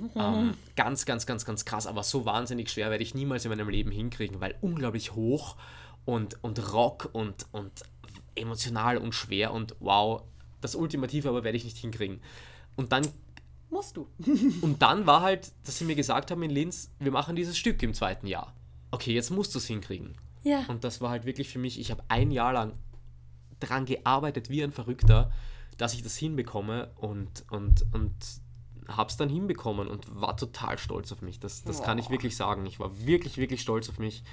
Ganz, ganz, ganz, ganz krass, aber so wahnsinnig schwer werde ich niemals in meinem Leben hinkriegen, weil unglaublich hoch und Rock und emotional und schwer und wow, das Ultimative aber werde ich nicht hinkriegen. Und dann musst du. Und dann war halt, dass sie mir gesagt haben in Linz, wir machen dieses Stück im 2. Jahr. Okay, jetzt musst du es hinkriegen. Ja. Und das war halt wirklich für mich, ich habe 1 Jahr lang dran gearbeitet wie ein Verrückter, dass ich das hinbekomme und habe es dann hinbekommen und war total stolz auf mich. Das kann ich wirklich sagen. Ich war wirklich, wirklich stolz auf mich.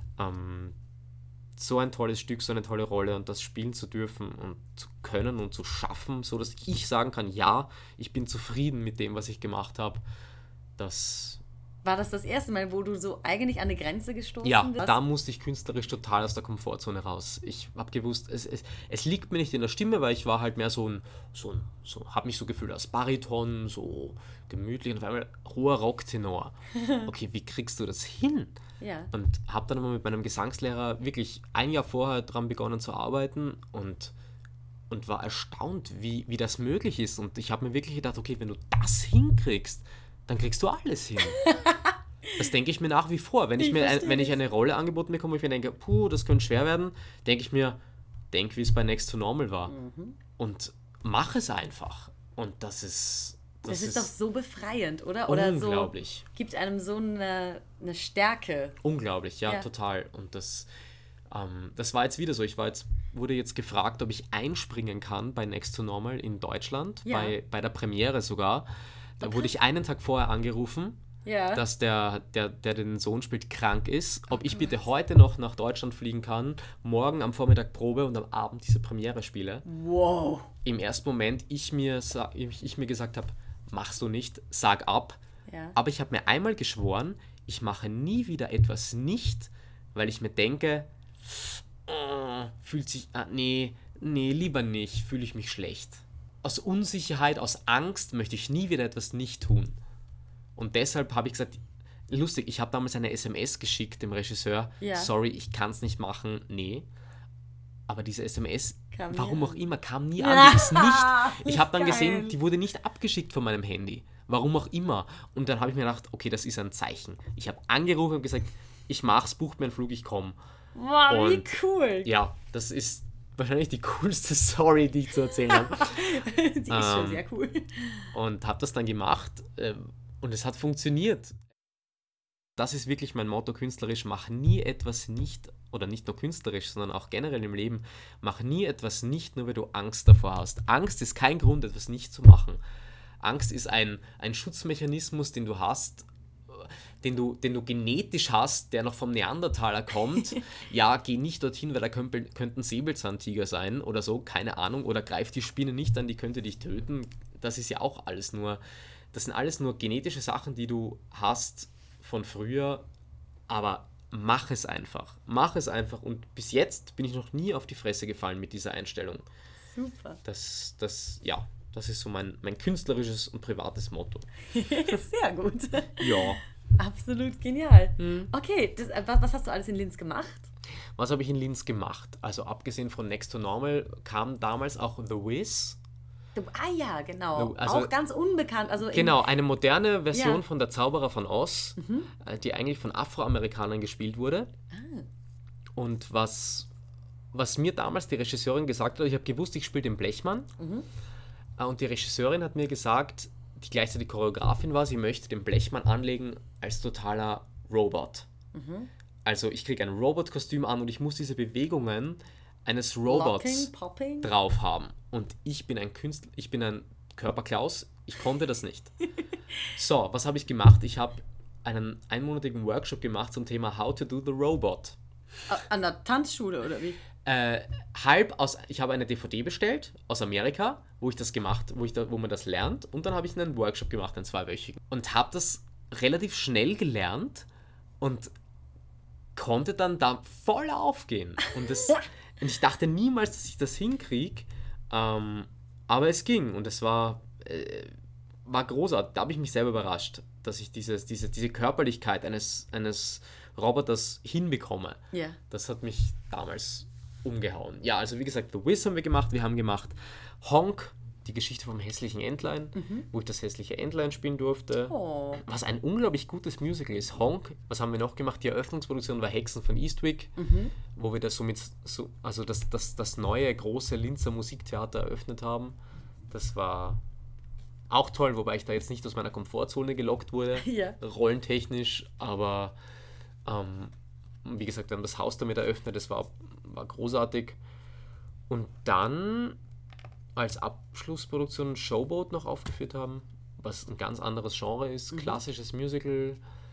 So ein tolles Stück, so eine tolle Rolle und das spielen zu dürfen und zu können und zu schaffen, so dass ich sagen kann, ja, ich bin zufrieden mit dem, was ich gemacht habe. War das erste Mal, wo du so eigentlich an eine Grenze gestoßen bist? Ja, da musste ich künstlerisch total aus der Komfortzone raus. Ich habe gewusst, es liegt mir nicht in der Stimme, weil ich war halt mehr habe mich so gefühlt als Bariton, so gemütlich und auf einmal hoher Rocktenor. Okay, wie kriegst du das hin? Ja. Und habe dann aber mit meinem Gesangslehrer wirklich ein Jahr vorher dran begonnen zu arbeiten und war erstaunt, wie das möglich ist. Und ich habe mir wirklich gedacht, okay, wenn du das hinkriegst, dann kriegst du alles hin. Das denke ich mir nach wie vor. Wenn ich eine Rolle angeboten bekomme, wo ich mir denke, das könnte schwer werden, denke ich mir, wie es bei Next to Normal war. Und mach es einfach. Und das ist doch so befreiend, oder? Unglaublich. Oder so gibt einem so eine Stärke. Unglaublich, ja, total. Und das war jetzt wieder so. Wurde jetzt gefragt, ob ich einspringen kann bei Next to Normal in Deutschland, bei der Premiere sogar. Da wurde ich einen Tag vorher angerufen, dass der den Sohn spielt, krank ist, ob ich bitte heute noch nach Deutschland fliegen kann, morgen am Vormittag Probe und am Abend diese Premiere spiele. Wow. Im ersten Moment ich mir gesagt habe, machst du nicht, sag ab. Ja. Aber ich habe mir einmal geschworen, ich mache nie wieder etwas nicht, weil ich mir denke, nee, lieber nicht, fühle ich mich schlecht. Aus Unsicherheit, aus Angst möchte ich nie wieder etwas nicht tun. Und deshalb habe ich gesagt, lustig, ich habe damals eine SMS geschickt dem Regisseur, sorry, ich kann es nicht machen, nee. Aber diese SMS, warum auch immer, kam nie an, die ist nicht. Ich habe dann gesehen, die wurde nicht abgeschickt von meinem Handy. Warum auch immer. Und dann habe ich mir gedacht, okay, das ist ein Zeichen. Ich habe angerufen und gesagt, ich mach's, bucht mir einen Flug, ich komme. Wow, wie cool. Ja, das ist wahrscheinlich die coolste Story, die ich zu erzählen habe. Die ist schon sehr cool. Und habe das dann gemacht und es hat funktioniert. Das ist wirklich mein Motto künstlerisch, mach nie etwas nicht, oder nicht nur künstlerisch, sondern auch generell im Leben, mach nie etwas nicht, nur weil du Angst davor hast. Angst ist kein Grund, etwas nicht zu machen. Angst ist ein Schutzmechanismus, den du hast, den du genetisch hast, der noch vom Neandertaler kommt. Ja, geh nicht dorthin, weil da könnten Säbelzahntiger sein oder so, keine Ahnung, oder greif die Spinne nicht an, die könnte dich töten. Das ist ja auch das sind alles nur genetische Sachen, die du hast von früher, aber mach es einfach und bis jetzt bin ich noch nie auf die Fresse gefallen mit dieser Einstellung. Super. Das ist so mein künstlerisches und privates Motto. Sehr gut. Ja. Absolut genial. Okay, was hast du alles in Linz gemacht? Was habe ich in Linz gemacht? Also abgesehen von Next to Normal kam damals auch The Wiz. Ja, genau. Also, auch ganz unbekannt. Also genau, eine moderne Version von Der Zauberer von Oz, die eigentlich von Afroamerikanern gespielt wurde. Und was mir damals die Regisseurin gesagt hat, ich habe gewusst, ich spiele den Blechmann. Und die Regisseurin hat mir gesagt, die gleichzeitig Choreografin war, sie möchte den Blechmann anlegen als totaler Robot. Also ich kriege ein Robot-Kostüm an und ich muss diese Bewegungen eines Robots drauf haben. Und ich bin ein Künstler, ich bin ein Körperklaus, ich konnte das nicht. So, was habe ich gemacht? Ich habe einen einmonatigen Workshop gemacht zum Thema How to do the Robot. An der Tanzschule oder wie? Ich habe eine DVD bestellt aus Amerika, wo man das lernt, und dann habe ich einen Workshop gemacht, einen 2-wöchigen. Und habe das relativ schnell gelernt und konnte dann da voll aufgehen. Und ich dachte niemals, dass ich das hinkriege, aber es ging und es war großartig. Da habe ich mich selber überrascht, dass ich diese Körperlichkeit eines Roboters hinbekomme. Yeah. Das hat mich damals umgehauen. Ja, also wie gesagt, The Wiz haben wir gemacht. Wir haben gemacht Honk, die Geschichte vom hässlichen Entlein, wo ich das hässliche Entlein spielen durfte. Oh. Was ein unglaublich gutes Musical ist. Honk, was haben wir noch gemacht? Die Eröffnungsproduktion war Hexen von Eastwick, wo wir das das neue große Linzer Musiktheater eröffnet haben. Das war auch toll, wobei ich da jetzt nicht aus meiner Komfortzone gelockt wurde, rollentechnisch, aber wie gesagt, wir haben das Haus damit eröffnet, das war großartig. Und dann als Abschlussproduktion Showboat noch aufgeführt haben was ein ganz anderes Genre ist, klassisches Musical,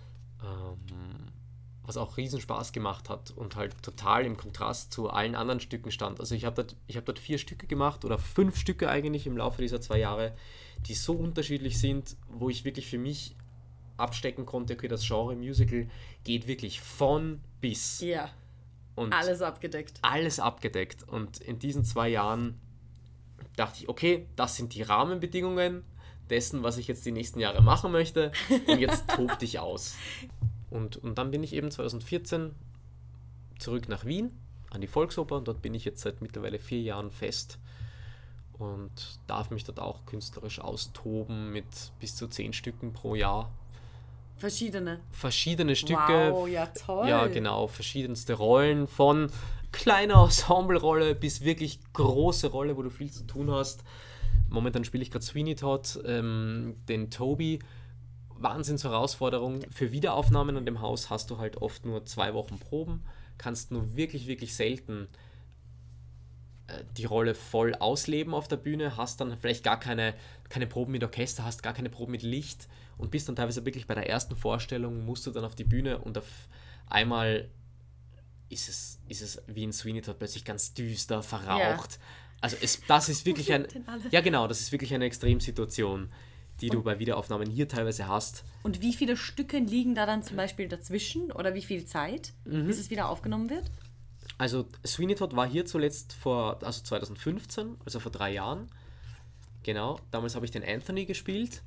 was auch riesen Spaß gemacht hat und halt total im Kontrast zu allen anderen Stücken stand. Also ich habe dort 4 Stücke gemacht oder 5 Stücke eigentlich im Laufe dieser 2 Jahre, die so unterschiedlich sind, wo ich wirklich für mich abstecken konnte, okay, das Genre Musical geht wirklich von bis. Ja, und alles abgedeckt. Alles abgedeckt. Und in diesen 2 Jahren dachte ich, okay, das sind die Rahmenbedingungen dessen, was ich jetzt die nächsten Jahre machen möchte und jetzt tob dich aus. Und dann bin ich eben 2014 zurück nach Wien, an die Volksoper, und dort bin ich jetzt seit mittlerweile 4 Jahren fest und darf mich dort auch künstlerisch austoben mit bis zu 10 Stücken pro Jahr. Verschiedene Stücke. Wow, ja toll. Ja, genau, verschiedenste Rollen, von kleiner Ensemble-Rolle bis wirklich große Rolle, wo du viel zu tun hast. Momentan spiele ich gerade Sweeney Todd, den Toby. Wahnsinnsherausforderung. Für Wiederaufnahmen an dem Haus hast du halt oft nur 2 Wochen Proben, kannst nur wirklich, wirklich selten die Rolle voll ausleben auf der Bühne, hast dann vielleicht gar keine Proben mit Orchester, hast gar keine Proben mit Licht und bist dann teilweise wirklich bei der ersten Vorstellung, musst du dann auf die Bühne und auf einmal ist es wie in Sweeney Todd plötzlich ganz düster, verraucht. Ja. Also das ist wirklich das ist wirklich eine Extremsituation, die du bei Wiederaufnahmen hier teilweise hast. Und wie viele Stücke liegen da dann zum Beispiel dazwischen oder wie viel Zeit, bis es wieder aufgenommen wird? Also Sweeney Todd war hier zuletzt 2015, also vor 3 Jahren. Genau, damals habe ich den Anthony gespielt.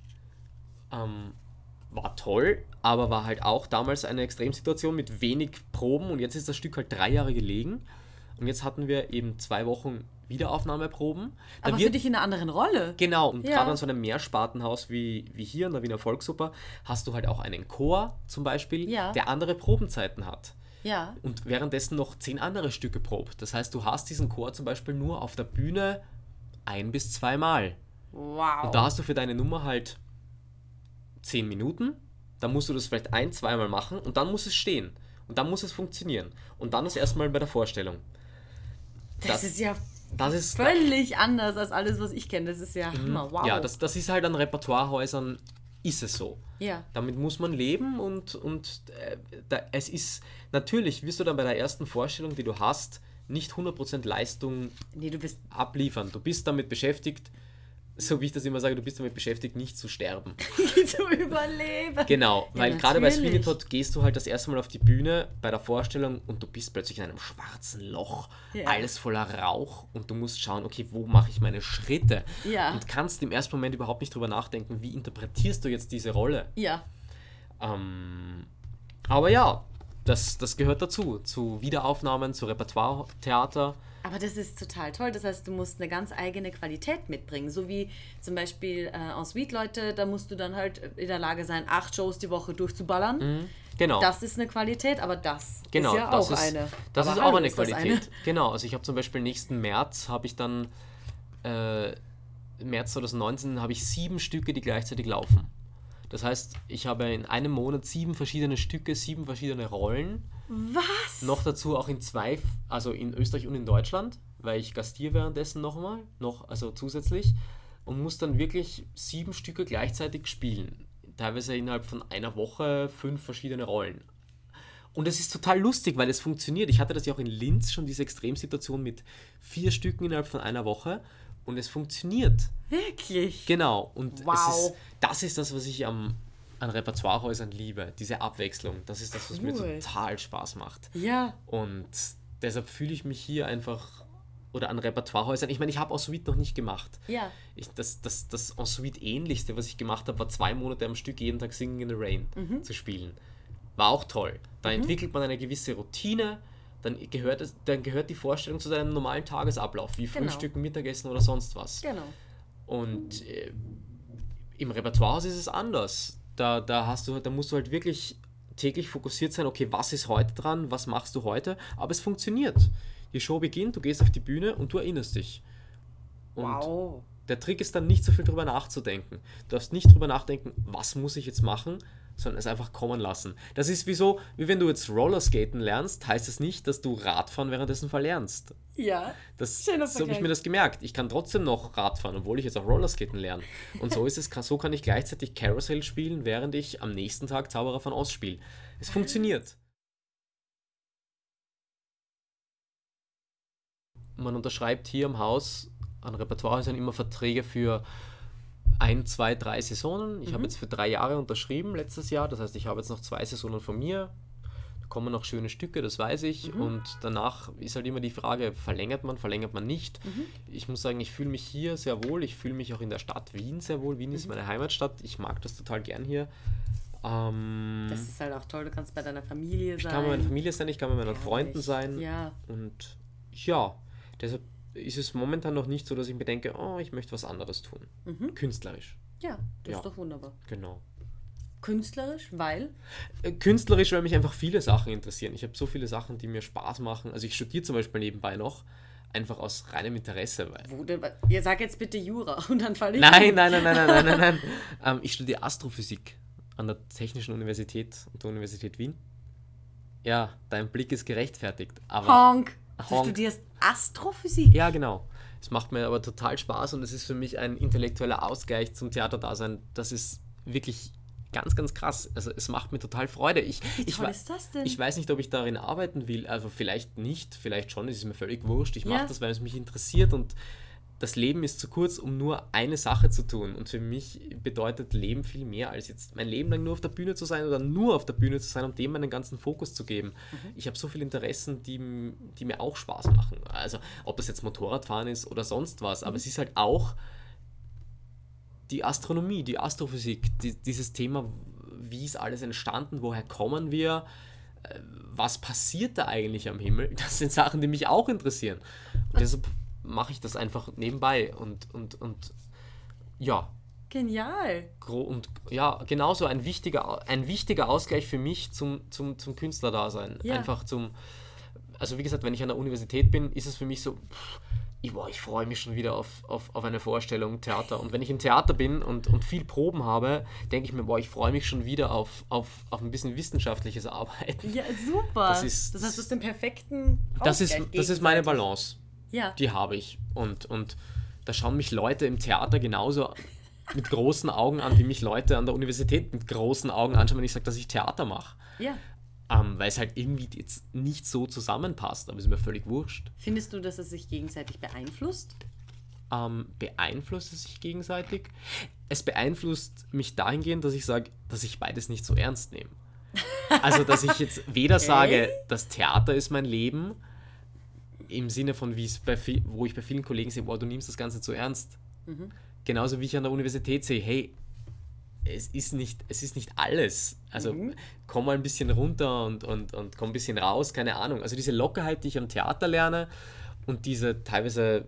War toll, aber war halt auch damals eine Extremsituation mit wenig Proben und jetzt ist das Stück halt 3 Jahre gelegen. Und jetzt hatten wir eben 2 Wochen Wiederaufnahmeproben. Aber für dich in einer anderen Rolle. Genau, und gerade an so einem Mehrspartenhaus wie hier in der Wiener Volksoper hast du halt auch einen Chor zum Beispiel, der andere Probenzeiten hat. Ja. Und währenddessen noch 10 andere Stücke probt. Das heißt, du hast diesen Chor zum Beispiel nur auf der Bühne 1 bis 2 Mal. Wow. Und da hast du für deine Nummer halt 10 Minuten, dann musst du das vielleicht 1-2 Mal machen und dann muss es stehen. Und dann muss es funktionieren. Und dann das erste Mal bei der Vorstellung. Das ist völlig anders als alles, was ich kenne. Das ist ja Hammer. Wow. Ja, das ist halt an Repertoirehäusern, ist es so. Ja. Damit muss man leben und es ist, natürlich wirst du dann bei der ersten Vorstellung, die du hast, nicht 100% Leistung abliefern. Du bist damit beschäftigt, so wie ich das immer sage, du bist damit beschäftigt, nicht zu sterben. Zu überleben. Genau, weil gerade bei Sweeney Todd gehst du halt das erste Mal auf die Bühne bei der Vorstellung und du bist plötzlich in einem schwarzen Loch, alles voller Rauch und du musst schauen, okay, wo mache ich meine Schritte? Ja. Und kannst im ersten Moment überhaupt nicht drüber nachdenken, wie interpretierst du jetzt diese Rolle? Ja. Aber ja, das gehört dazu, zu Wiederaufnahmen, zu Repertoire-Theater. Aber das ist total toll. Das heißt, du musst eine ganz eigene Qualität mitbringen. So wie zum Beispiel Ensuite-Leute, da musst du dann halt in der Lage sein, 8 Shows die Woche durchzuballern. Genau. Das ist eine Qualität, aber das ist ja das auch eine. Das ist auch eine Qualität. Genau, also ich habe zum Beispiel nächsten März, habe ich dann, März 2019, habe ich 7 Stücke, die gleichzeitig laufen. Das heißt, ich habe in einem Monat 7 verschiedene Stücke, 7 verschiedene Rollen. Was? Noch dazu auch in 2, also in Österreich und in Deutschland, weil ich gastiere währenddessen also zusätzlich und muss dann wirklich 7 Stücke gleichzeitig spielen. Teilweise innerhalb von einer Woche 5 verschiedene Rollen. Und es ist total lustig, weil es funktioniert. Ich hatte das ja auch in Linz schon, diese Extremsituation mit 4 Stücken innerhalb von einer Woche. Und es funktioniert. Wirklich? Genau. Und das ist das, was ich an Repertoirehäusern liebe. Diese Abwechslung. Das ist das, was mir total Spaß macht. Ja. Und deshalb fühle ich mich hier einfach, oder an Repertoirehäusern. Ich meine, ich habe Ensuite noch nicht gemacht. Ja. Das Ensuite-ähnlichste, was ich gemacht habe, war 2 Monate am Stück jeden Tag Singing in the Rain zu spielen. War auch toll. Da entwickelt man eine gewisse Routine. Dann gehört die Vorstellung zu deinem normalen Tagesablauf, wie Frühstücken, Mittagessen oder sonst was. Genau. Und im Repertoirehaus ist es anders. Da musst du halt wirklich täglich fokussiert sein, okay, was ist heute dran, was machst du heute? Aber es funktioniert. Die Show beginnt, du gehst auf die Bühne und du erinnerst dich. Und der Trick ist dann nicht so viel drüber nachzudenken. Du darfst nicht drüber nachdenken, was muss ich jetzt machen, sondern es einfach kommen lassen. Das ist wie wenn du jetzt Rollerskaten lernst, heißt es nicht, dass du Radfahren währenddessen verlernst. Ja, so habe ich mir das gemerkt. Ich kann trotzdem noch Rad fahren, obwohl ich jetzt auch Rollerskaten lerne. Und so kann ich gleichzeitig Carousel spielen, während ich am nächsten Tag Zauberer von Oz spiele. Es funktioniert. Man unterschreibt hier im Haus an Repertoirehäusern immer Verträge für 1, 2, 3 Saisonen. Ich habe jetzt für 3 Jahre unterschrieben letztes Jahr. Das heißt, ich habe jetzt noch 2 Saisonen von mir. Da kommen noch schöne Stücke, das weiß ich. Und danach ist halt immer die Frage, verlängert man nicht. Ich muss sagen, ich fühle mich hier sehr wohl. Ich fühle mich auch in der Stadt Wien sehr wohl. Wien ist meine Heimatstadt. Ich mag das total gern hier. Das ist halt auch toll. Du kannst bei deiner Familie sein. Ich kann bei meiner Familie sein, ich kann bei meinen Freunden sein. Ja. Und ja, deshalb ist es momentan noch nicht so, dass ich mir denke, ich möchte was anderes tun. Künstlerisch. Ja, das ist doch wunderbar. Genau. Künstlerisch, weil? Künstlerisch, weil mich einfach viele Sachen interessieren. Ich habe so viele Sachen, die mir Spaß machen. Also ich studiere zum Beispiel nebenbei noch, einfach aus reinem Interesse. Ihr sagt jetzt bitte Jura und dann falle ich... Nein. Ich studiere Astrophysik an der Technischen Universität und der Universität Wien. Ja, dein Blick ist gerechtfertigt. Aber Honk! Du studierst Astrophysik? Ja, genau. Es macht mir aber total Spaß und es ist für mich ein intellektueller Ausgleich zum Theaterdasein. Das ist wirklich ganz, ganz krass. Also es macht mir total Freude. Wie toll ist das denn? Ich weiß nicht, ob ich darin arbeiten will. Also vielleicht nicht, vielleicht schon. Es ist mir völlig wurscht. Ich mache das, weil es mich interessiert und das Leben ist zu kurz, um nur eine Sache zu tun. Und für mich bedeutet Leben viel mehr, als jetzt mein Leben lang nur auf der Bühne zu sein oder nur auf der Bühne zu sein und dem meinen ganzen Fokus zu geben. Ich habe so viele Interessen, die mir auch Spaß machen. Also ob das jetzt Motorradfahren ist oder sonst was. Aber es ist halt auch die Astronomie, die Astrophysik, dieses Thema, wie ist alles entstanden, woher kommen wir, was passiert da eigentlich am Himmel? Das sind Sachen, die mich auch interessieren. Und deshalb mache ich das einfach nebenbei und ja. Genial. Und ja, genauso ein wichtiger Ausgleich für mich zum Künstlerdasein. Ja. Einfach also wie gesagt, wenn ich an der Universität bin, ist es für mich so, ich freue mich schon wieder auf eine Vorstellung, Theater. Und wenn ich im Theater bin und viel Proben habe, denke ich mir, ich freue mich schon wieder auf ein bisschen wissenschaftliches Arbeiten. Ja, super. Das heißt, du hast den perfekten Ausgleich. Das ist meine Balance. Ja. Die habe ich. Und da schauen mich Leute im Theater genauso mit großen Augen an, wie mich Leute an der Universität mit großen Augen anschauen, wenn ich sage, dass ich Theater mache. Ja. Weil es halt irgendwie jetzt nicht so zusammenpasst, aber es ist mir völlig wurscht. Findest du, dass es sich gegenseitig beeinflusst? Beeinflusst es sich gegenseitig? Es beeinflusst mich dahingehend, dass ich sage, dass ich beides nicht so ernst nehme. Also, dass ich jetzt weder sage, das Theater ist mein Leben, im Sinne von, wo ich bei vielen Kollegen sehe, du nimmst das Ganze zu ernst. Genauso wie ich an der Universität sehe, hey, es ist nicht alles. Also komm mal ein bisschen runter und komm ein bisschen raus, keine Ahnung. Also diese Lockerheit, die ich am Theater lerne und diese teilweise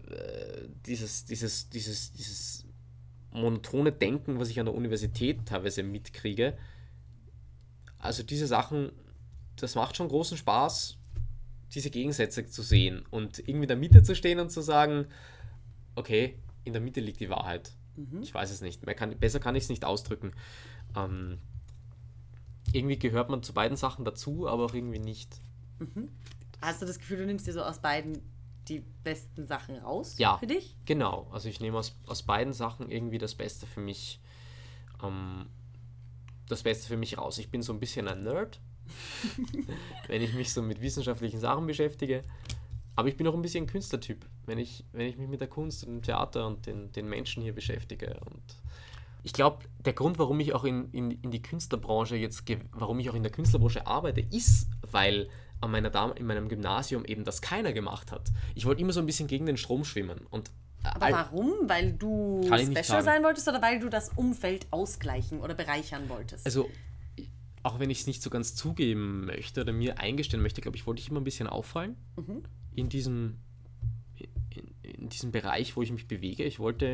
dieses monotone Denken, was ich an der Universität teilweise mitkriege, also diese Sachen, das macht schon großen Spaß, diese Gegensätze zu sehen und irgendwie in der Mitte zu stehen und zu sagen, okay, in der Mitte liegt die Wahrheit. Ich weiß es nicht. Besser kann ich es nicht ausdrücken. Irgendwie gehört man zu beiden Sachen dazu, aber auch irgendwie nicht. Hast du das Gefühl, du nimmst dir so aus beiden die besten Sachen raus für dich? Ja, genau. Also ich nehme aus beiden Sachen irgendwie das Beste für mich raus. Ich bin so ein bisschen ein Nerd, wenn ich mich so mit wissenschaftlichen Sachen beschäftige. Aber ich bin auch ein bisschen ein Künstlertyp, wenn ich mich mit der Kunst und dem Theater und den Menschen hier beschäftige. Und ich glaube, der Grund, warum ich auch in die Künstlerbranche warum ich auch in der Künstlerbranche arbeite, ist, weil in meinem Gymnasium eben das keiner gemacht hat. Ich wollte immer so ein bisschen gegen den Strom schwimmen. Aber warum? Weil du special sein wolltest oder weil du das Umfeld ausgleichen oder bereichern wolltest? Also, auch wenn ich es nicht so ganz zugeben möchte oder mir eingestehen möchte, glaube ich, wollte ich immer ein bisschen auffallen in diesem Bereich, wo ich mich bewege.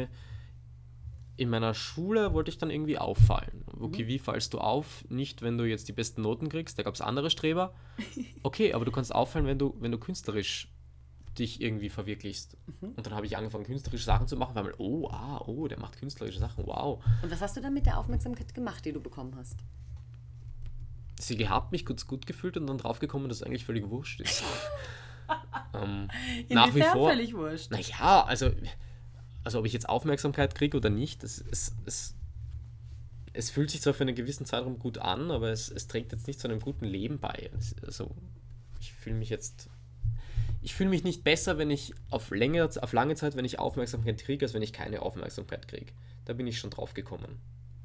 In meiner Schule wollte ich dann irgendwie auffallen. Okay, wie fallst du auf? Nicht, wenn du jetzt die besten Noten kriegst, da gab es andere Streber. Okay, aber du kannst auffallen, wenn du künstlerisch dich irgendwie verwirklichst. Und dann habe ich angefangen, künstlerische Sachen zu machen, weil der macht künstlerische Sachen, wow. Und was hast du dann mit der Aufmerksamkeit gemacht, die du bekommen hast? Sie hat mich gut gefühlt und dann draufgekommen, dass es eigentlich völlig wurscht ist. Nach wie vor. Völlig wurscht. Naja, also ob ich jetzt Aufmerksamkeit kriege oder nicht, es fühlt sich zwar für einen gewissen Zeitraum gut an, aber es trägt jetzt nicht zu einem guten Leben bei. Also ich fühle mich nicht besser, wenn ich auf lange Zeit, wenn ich Aufmerksamkeit kriege, als wenn ich keine Aufmerksamkeit kriege. Da bin ich schon drauf gekommen.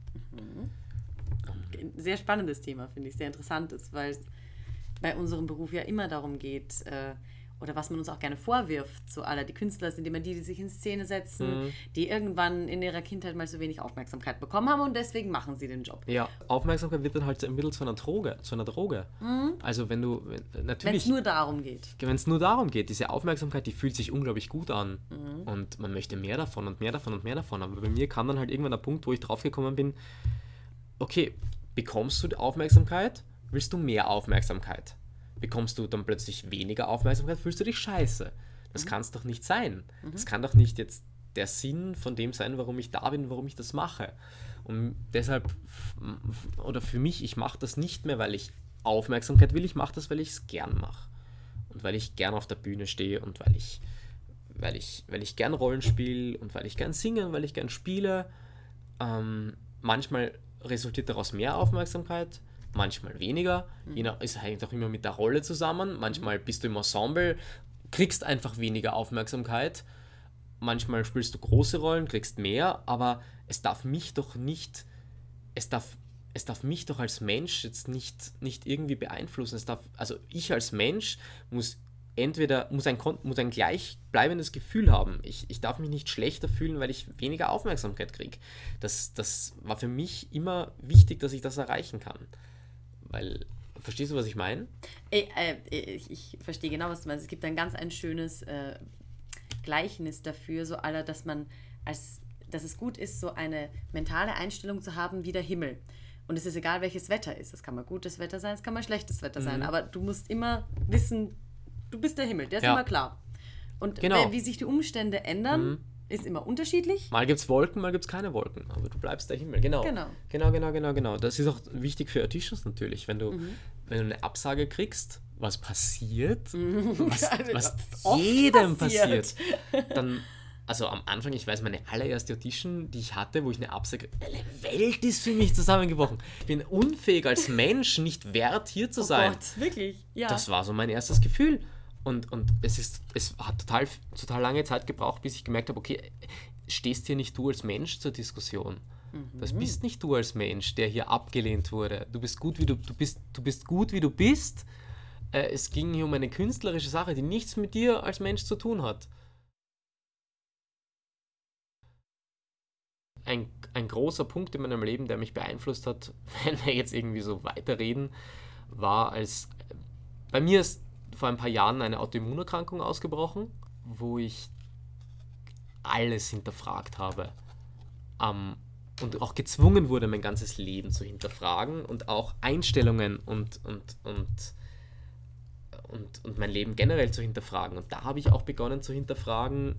Sehr spannendes Thema, finde ich, sehr interessantes, weil es bei unserem Beruf ja immer darum geht, oder was man uns auch gerne vorwirft, so aller die Künstler sind immer die sich in Szene setzen, die irgendwann in ihrer Kindheit mal so wenig Aufmerksamkeit bekommen haben und deswegen machen sie den Job. Ja, Aufmerksamkeit wird dann halt ein bisschen zu einer Droge. Also wenn es nur darum geht. Wenn es nur darum geht, diese Aufmerksamkeit, die fühlt sich unglaublich gut an und man möchte mehr davon und mehr davon und mehr davon, aber bei mir kam dann halt irgendwann der Punkt, wo ich draufgekommen bin, okay, bekommst du Aufmerksamkeit, willst du mehr Aufmerksamkeit? Bekommst du dann plötzlich weniger Aufmerksamkeit, fühlst du dich scheiße. Das kann es doch nicht sein. Das kann doch nicht jetzt der Sinn von dem sein, warum ich da bin, warum ich das mache. Und deshalb, oder für mich, ich mache das nicht mehr, weil ich Aufmerksamkeit will, ich mache das, weil ich es gern mache. Und weil ich gern auf der Bühne stehe und weil ich gern Rollen spiele und weil ich gern singe und weil ich gern spiele. Manchmal resultiert daraus mehr Aufmerksamkeit, manchmal weniger. Es hängt auch immer mit der Rolle zusammen. Manchmal bist du im Ensemble, kriegst einfach weniger Aufmerksamkeit. Manchmal spielst du große Rollen, kriegst mehr, aber es darf mich doch als Mensch jetzt nicht irgendwie beeinflussen. Also ich als Mensch muss ein gleichbleibendes Gefühl haben. Ich darf mich nicht schlechter fühlen, weil ich weniger Aufmerksamkeit kriege. Das war für mich immer wichtig, dass ich das erreichen kann. Weil, verstehst du, was ich meine? Ich verstehe genau, was du meinst. Es gibt ein schönes Gleichnis dafür, so aller, dass es gut ist, so eine mentale Einstellung zu haben wie der Himmel. Und es ist egal, welches Wetter ist. Es kann mal gutes Wetter sein, es kann mal schlechtes Wetter sein. Aber du musst immer wissen, du bist der Himmel, der ist immer klar. Und wie sich die Umstände ändern, ist immer unterschiedlich. Mal gibt es Wolken, mal gibt es keine Wolken. Aber du bleibst der Himmel. Genau. Das ist auch wichtig für Auditions natürlich. Wenn du eine Absage kriegst, was passiert, was jedem passiert, dann, also am Anfang, ich weiß, meine allererste Audition, die ich hatte, wo ich eine Absage, eine Welt ist für mich zusammengebrochen. Ich bin unfähig als Mensch, nicht wert, hier zu sein. Oh Gott, wirklich? Ja. Das war so mein erstes Gefühl. Und es hat total lange Zeit gebraucht, bis ich gemerkt habe, okay, stehst hier nicht du als Mensch zur Diskussion. Das bist nicht du als Mensch, der hier abgelehnt wurde. Du bist gut, wie du bist gut, wie du bist. Es ging hier um eine künstlerische Sache, die nichts mit dir als Mensch zu tun hat. Ein großer Punkt in meinem Leben, der mich beeinflusst hat, wenn wir jetzt irgendwie so weiterreden, war, als bei mir ist vor ein paar Jahren eine Autoimmunerkrankung ausgebrochen, wo ich alles hinterfragt habe und auch gezwungen wurde, mein ganzes Leben zu hinterfragen und auch Einstellungen und mein Leben generell zu hinterfragen. Und da habe ich auch begonnen zu hinterfragen,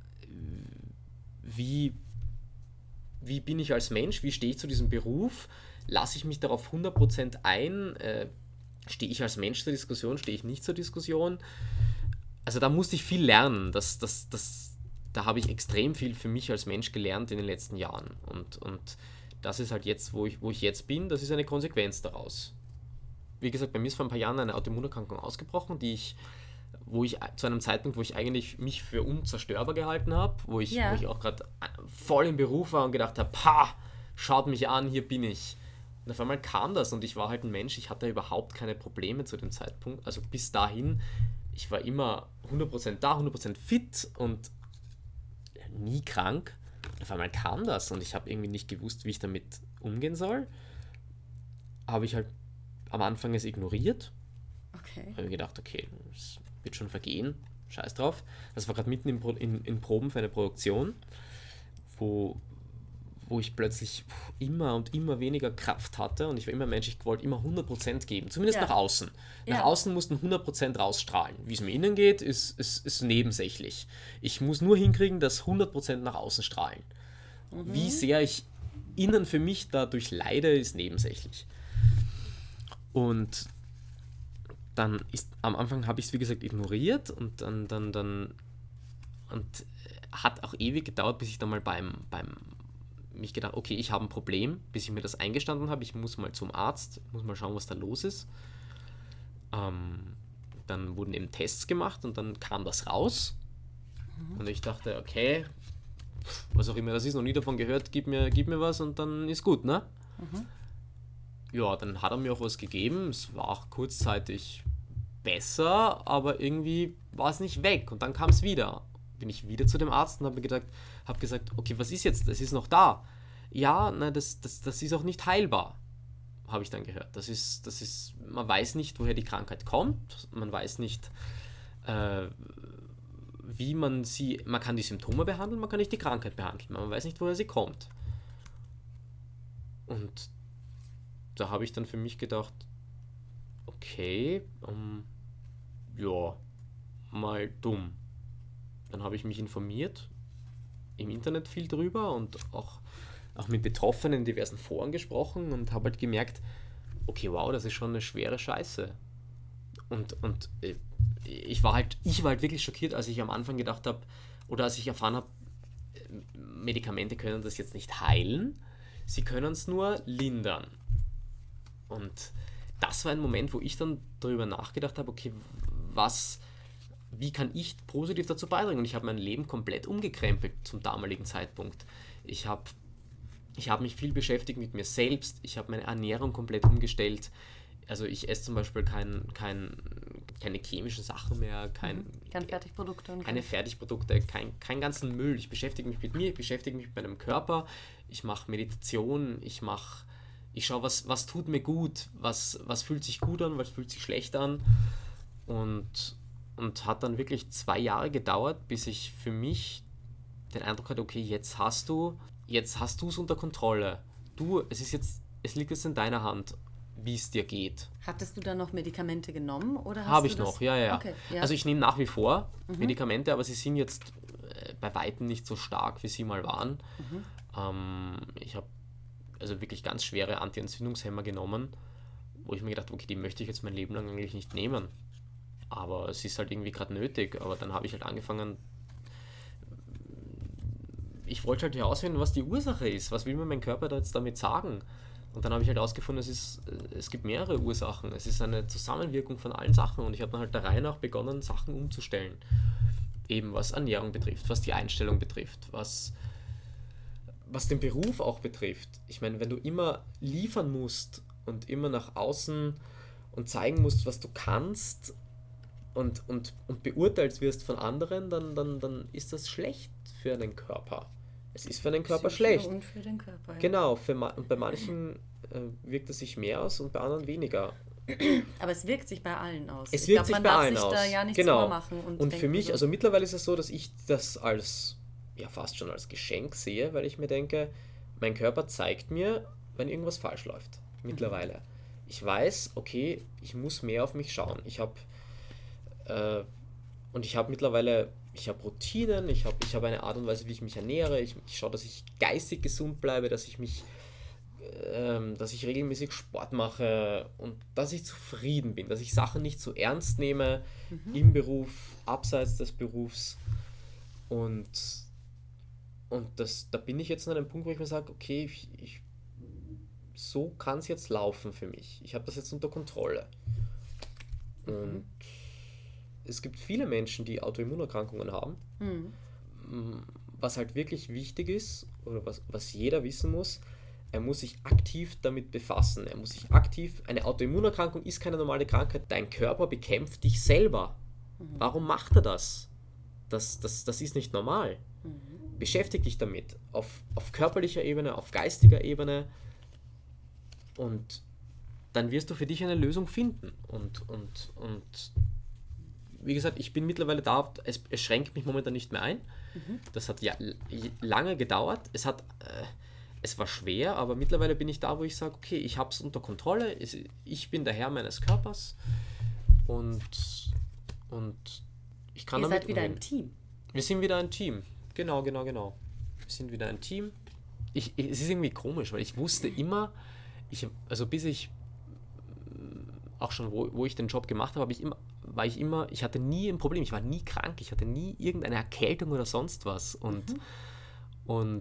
wie bin ich als Mensch, wie stehe ich zu diesem Beruf, lasse ich mich darauf 100% ein, stehe ich als Mensch zur Diskussion, stehe ich nicht zur Diskussion. Also da musste ich viel lernen, da habe ich extrem viel für mich als Mensch gelernt in den letzten Jahren und das ist halt jetzt, wo ich jetzt bin, das ist eine Konsequenz daraus. Wie gesagt, bei mir ist vor ein paar Jahren eine Autoimmunerkrankung ausgebrochen, wo ich zu einem Zeitpunkt, wo ich eigentlich mich für unzerstörbar gehalten habe, wo ich auch gerade voll im Beruf war und gedacht habe, schaut mich an, hier bin ich. Und auf einmal kam das und ich war halt ein Mensch, ich hatte überhaupt keine Probleme zu dem Zeitpunkt. Also bis dahin, ich war immer 100% da, 100% fit und nie krank. Und auf einmal kam das und ich habe irgendwie nicht gewusst, wie ich damit umgehen soll. Habe ich halt am Anfang es ignoriert. Okay. Habe mir gedacht, okay, es wird schon vergehen, scheiß drauf. Das war gerade mitten in Proben für eine Produktion, wo ich plötzlich immer und immer weniger Kraft hatte und ich war immer Mensch, ich wollte immer 100% geben, zumindest nach außen. Nach außen mussten 100% rausstrahlen. Wie es mir innen geht, ist nebensächlich. Ich muss nur hinkriegen, dass 100% nach außen strahlen. Wie sehr ich innen für mich dadurch leide, ist nebensächlich. Und dann am Anfang habe ich es, wie gesagt, ignoriert und dann hat auch ewig gedauert, bis ich dann mal beim mich gedacht, okay, ich habe ein Problem, bis ich mir das eingestanden habe, ich muss mal zum Arzt, muss mal schauen, was da los ist. Dann wurden eben Tests gemacht und dann kam das raus. Und ich dachte, okay, was auch immer das ist, noch nie davon gehört, gib mir was und dann ist gut, ne? Ja, dann hat er mir auch was gegeben, es war auch kurzzeitig besser, aber irgendwie war es nicht weg und dann kam es wieder. Bin ich wieder zu dem Arzt und habe gesagt, okay, was ist jetzt? Das ist noch da. Ja, nein, das ist auch nicht heilbar, habe ich dann gehört. Das ist, man weiß nicht, woher die Krankheit kommt, man weiß nicht, wie man kann die Symptome behandeln, man kann nicht die Krankheit behandeln, man weiß nicht, woher sie kommt. Und da habe ich dann für mich gedacht, okay, ja, mal dumm. Dann habe ich mich informiert, im Internet viel drüber und auch mit Betroffenen in diversen Foren gesprochen und habe halt gemerkt, okay, wow, das ist schon eine schwere Scheiße. Und ich war halt wirklich schockiert, als ich am Anfang gedacht habe, oder als ich erfahren habe, Medikamente können das jetzt nicht heilen, sie können es nur lindern. Und das war ein Moment, wo ich dann darüber nachgedacht habe, okay, wie kann ich positiv dazu beitragen? Und ich habe mein Leben komplett umgekrempelt zum damaligen Zeitpunkt. Ich habe mich viel beschäftigt mit mir selbst, ich habe meine Ernährung komplett umgestellt. Also ich esse zum Beispiel keine chemischen Sachen mehr, keine Fertigprodukte. Keine Fertigprodukte, keinen ganzen Müll. Ich beschäftige mich mit mir, ich beschäftige mich mit meinem Körper, ich mache Meditation, ich schaue, was tut mir gut, was fühlt sich gut an, was fühlt sich schlecht an. Und hat dann wirklich 2 Jahre gedauert, bis ich für mich den Eindruck hatte, okay, jetzt hast du es unter Kontrolle. Es liegt jetzt in deiner Hand, wie es dir geht. Hattest du dann noch Medikamente genommen? Habe ich noch, ja. Okay, ja. Also ich nehme nach wie vor Medikamente, aber sie sind jetzt bei weitem nicht so stark, wie sie mal waren. Ich habe also wirklich ganz schwere Anti-Entzündungshemmer genommen, wo ich mir gedacht habe, okay, die möchte ich jetzt mein Leben lang eigentlich nicht nehmen. Aber es ist halt irgendwie gerade nötig. Aber dann habe ich halt angefangen, ich wollte halt herausfinden, was die Ursache ist. Was will mir mein Körper da jetzt damit sagen? Und dann habe ich halt herausgefunden, es gibt mehrere Ursachen. Es ist eine Zusammenwirkung von allen Sachen. Und ich habe dann halt der Reihe nach begonnen, Sachen umzustellen. Eben was Ernährung betrifft, was die Einstellung betrifft, was den Beruf auch betrifft. Ich meine, wenn du immer liefern musst und immer nach außen und zeigen musst, was du kannst und beurteilt wirst von anderen, dann ist das schlecht für einen Körper. Es ist für den Körper schlecht. Und für den Körper, ja. Genau, und bei manchen wirkt es sich mehr aus und bei anderen weniger. Aber es wirkt sich bei allen aus. Es wirkt sich bei allen aus. Man darf sich da ja nichts genau. vormachen. Und für mich, also mittlerweile ist es so, dass ich das fast schon als Geschenk sehe, weil ich mir denke, mein Körper zeigt mir, wenn irgendwas falsch läuft. Mittlerweile. Ich weiß, okay, ich muss mehr auf mich schauen. Ich habe mittlerweile, ich habe Routinen, ich habe eine Art und Weise, wie ich mich ernähre. Ich schaue, dass ich geistig gesund bleibe, dass ich regelmäßig Sport mache und dass ich zufrieden bin, dass ich Sachen nicht so ernst nehme im Beruf, abseits des Berufs. Und da bin ich jetzt an einem Punkt, wo ich mir sage, okay, so kann es jetzt laufen für mich. Ich habe das jetzt unter Kontrolle. Und es gibt viele Menschen, die Autoimmunerkrankungen haben. Was halt wirklich wichtig ist, oder was jeder wissen muss, er muss sich aktiv damit befassen. Eine Autoimmunerkrankung ist keine normale Krankheit. Dein Körper bekämpft dich selber. Warum macht er das? Das ist nicht normal. Beschäftige dich damit. Auf körperlicher Ebene, auf geistiger Ebene. Und dann wirst du für dich eine Lösung finden. Und wie gesagt, ich bin mittlerweile da, es schränkt mich momentan nicht mehr ein. Das hat lange gedauert. Es war schwer, aber mittlerweile bin ich da, wo ich sage, okay, ich habe es unter Kontrolle, ich bin der Herr meines Körpers und ich kann damit umgehen. Ihr seid wieder ein Team. Wir sind wieder ein Team. Genau. Wir sind wieder ein Team. Es ist irgendwie komisch, weil ich wusste immer, bis ich auch schon, wo ich den Job gemacht habe, ich hatte nie ein Problem, ich war nie krank, ich hatte nie irgendeine Erkältung oder sonst was. Und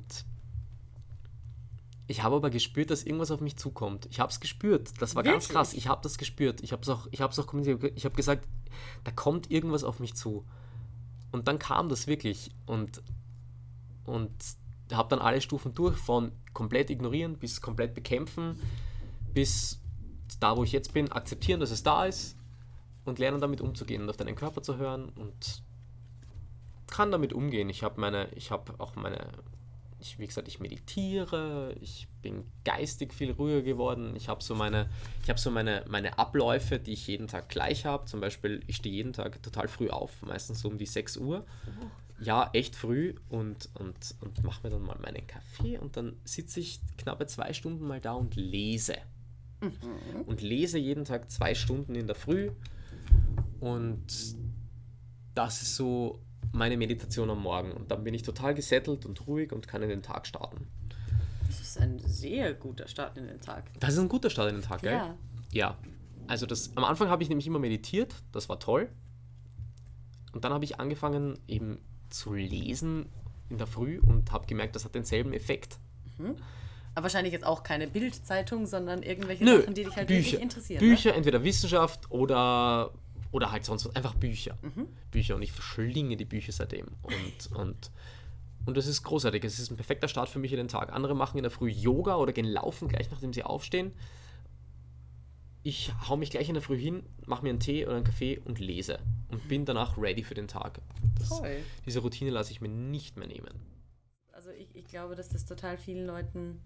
ich habe aber gespürt, dass irgendwas auf mich zukommt. Ich habe es gespürt, das war ganz krass, ich habe das gespürt, ich habe es auch kommuniziert, ich habe gesagt, da kommt irgendwas auf mich zu. Und dann kam das wirklich und habe dann alle Stufen durch, von komplett ignorieren bis komplett bekämpfen, bis da, wo ich jetzt bin, akzeptieren, dass es da ist und lernen, damit umzugehen und auf deinen Körper zu hören und kann damit umgehen. Wie gesagt, ich meditiere, ich bin geistig viel ruhiger geworden, ich habe so meine Abläufe, die ich jeden Tag gleich habe. Zum Beispiel, ich stehe jeden Tag total früh auf, meistens so um die 6 Uhr. Ja, echt früh und mache mir dann mal meinen Kaffee und dann sitze ich knappe 2 Stunden mal da und lese. Und lese jeden Tag 2 Stunden in der Früh und das ist so meine Meditation am Morgen und dann bin ich total gesettelt und ruhig und kann in den Tag starten. Das ist ein sehr guter Start in den Tag. Das ist ein guter Start in den Tag, gell? Ja. Ja. Also am Anfang habe ich nämlich immer meditiert, das war toll. Und dann habe ich angefangen eben zu lesen in der Früh und habe gemerkt, das hat denselben Effekt. Aber wahrscheinlich jetzt auch keine Bildzeitung, sondern irgendwelche Sachen, die dich halt wirklich interessieren. Bücher, ne? Entweder Wissenschaft oder halt sonst einfach Bücher. Bücher und ich verschlinge die Bücher seitdem. Und das ist großartig. Es ist ein perfekter Start für mich in den Tag. Andere machen in der Früh Yoga oder gehen laufen gleich nachdem sie aufstehen. Ich hau mich gleich in der Früh hin, mache mir einen Tee oder einen Kaffee und lese. Und bin danach ready für den Tag. Toll. Diese Routine lasse ich mir nicht mehr nehmen. Also ich glaube, dass das total vielen Leuten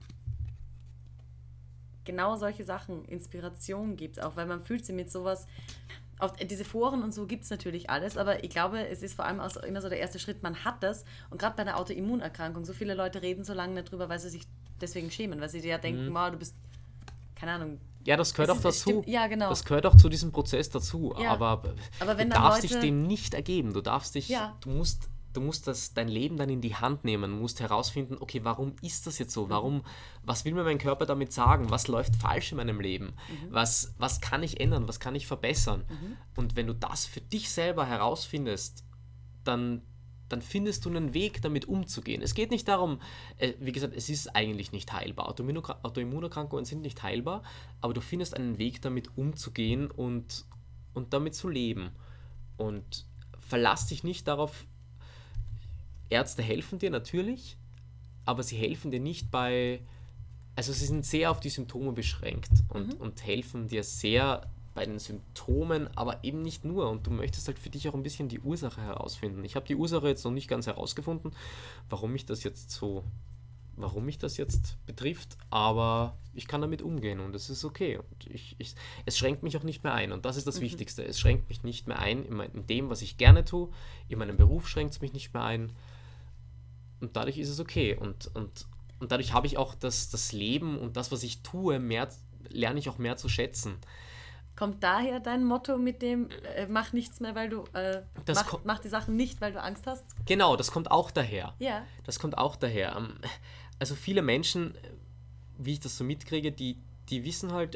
genau solche Sachen, Inspiration gibt. Auch weil man fühlt sich mit sowas... Auf diese Foren und so gibt es natürlich alles, aber ich glaube, es ist vor allem auch immer so der erste Schritt, man hat das. Und gerade bei einer Autoimmunerkrankung, so viele Leute reden so lange nicht drüber, weil sie sich deswegen schämen, weil sie ja denken, wow, du bist, keine Ahnung. Ja, das gehört auch dazu. Stimmt, ja, genau. Das gehört auch zu diesem Prozess dazu. Ja. Aber wenn du darfst dich dem nicht ergeben. Du musst dein Leben dann in die Hand nehmen, musst herausfinden, okay, warum ist das jetzt so? Was will mir mein Körper damit sagen? Was läuft falsch in meinem Leben? Was kann ich ändern? Was kann ich verbessern? Und wenn du das für dich selber herausfindest, dann findest du einen Weg, damit umzugehen. Es geht nicht darum, wie gesagt, es ist eigentlich nicht heilbar. Autoimmunerkrankungen sind nicht heilbar, aber du findest einen Weg, damit umzugehen und damit zu leben. Und verlass dich nicht darauf. Ärzte helfen dir natürlich, aber sie helfen dir nicht also sie sind sehr auf die Symptome beschränkt und helfen dir sehr bei den Symptomen, aber eben nicht nur. Und du möchtest halt für dich auch ein bisschen die Ursache herausfinden. Ich habe die Ursache jetzt noch nicht ganz herausgefunden, warum mich das jetzt betrifft, aber ich kann damit umgehen und es ist okay. Und es schränkt mich auch nicht mehr ein und das ist das Wichtigste. Es schränkt mich nicht mehr ein in dem, was ich gerne tue. In meinem Beruf schränkt es mich nicht mehr ein. Und dadurch ist es okay. Und dadurch habe ich auch das Leben und das, was ich tue, lerne ich auch mehr zu schätzen. Kommt daher dein Motto mit dem mach nichts mehr, weil du mach die Sachen nicht, weil du Angst hast? Genau, das kommt auch daher. Ja. Das kommt auch daher. Also viele Menschen, wie ich das so mitkriege, die wissen halt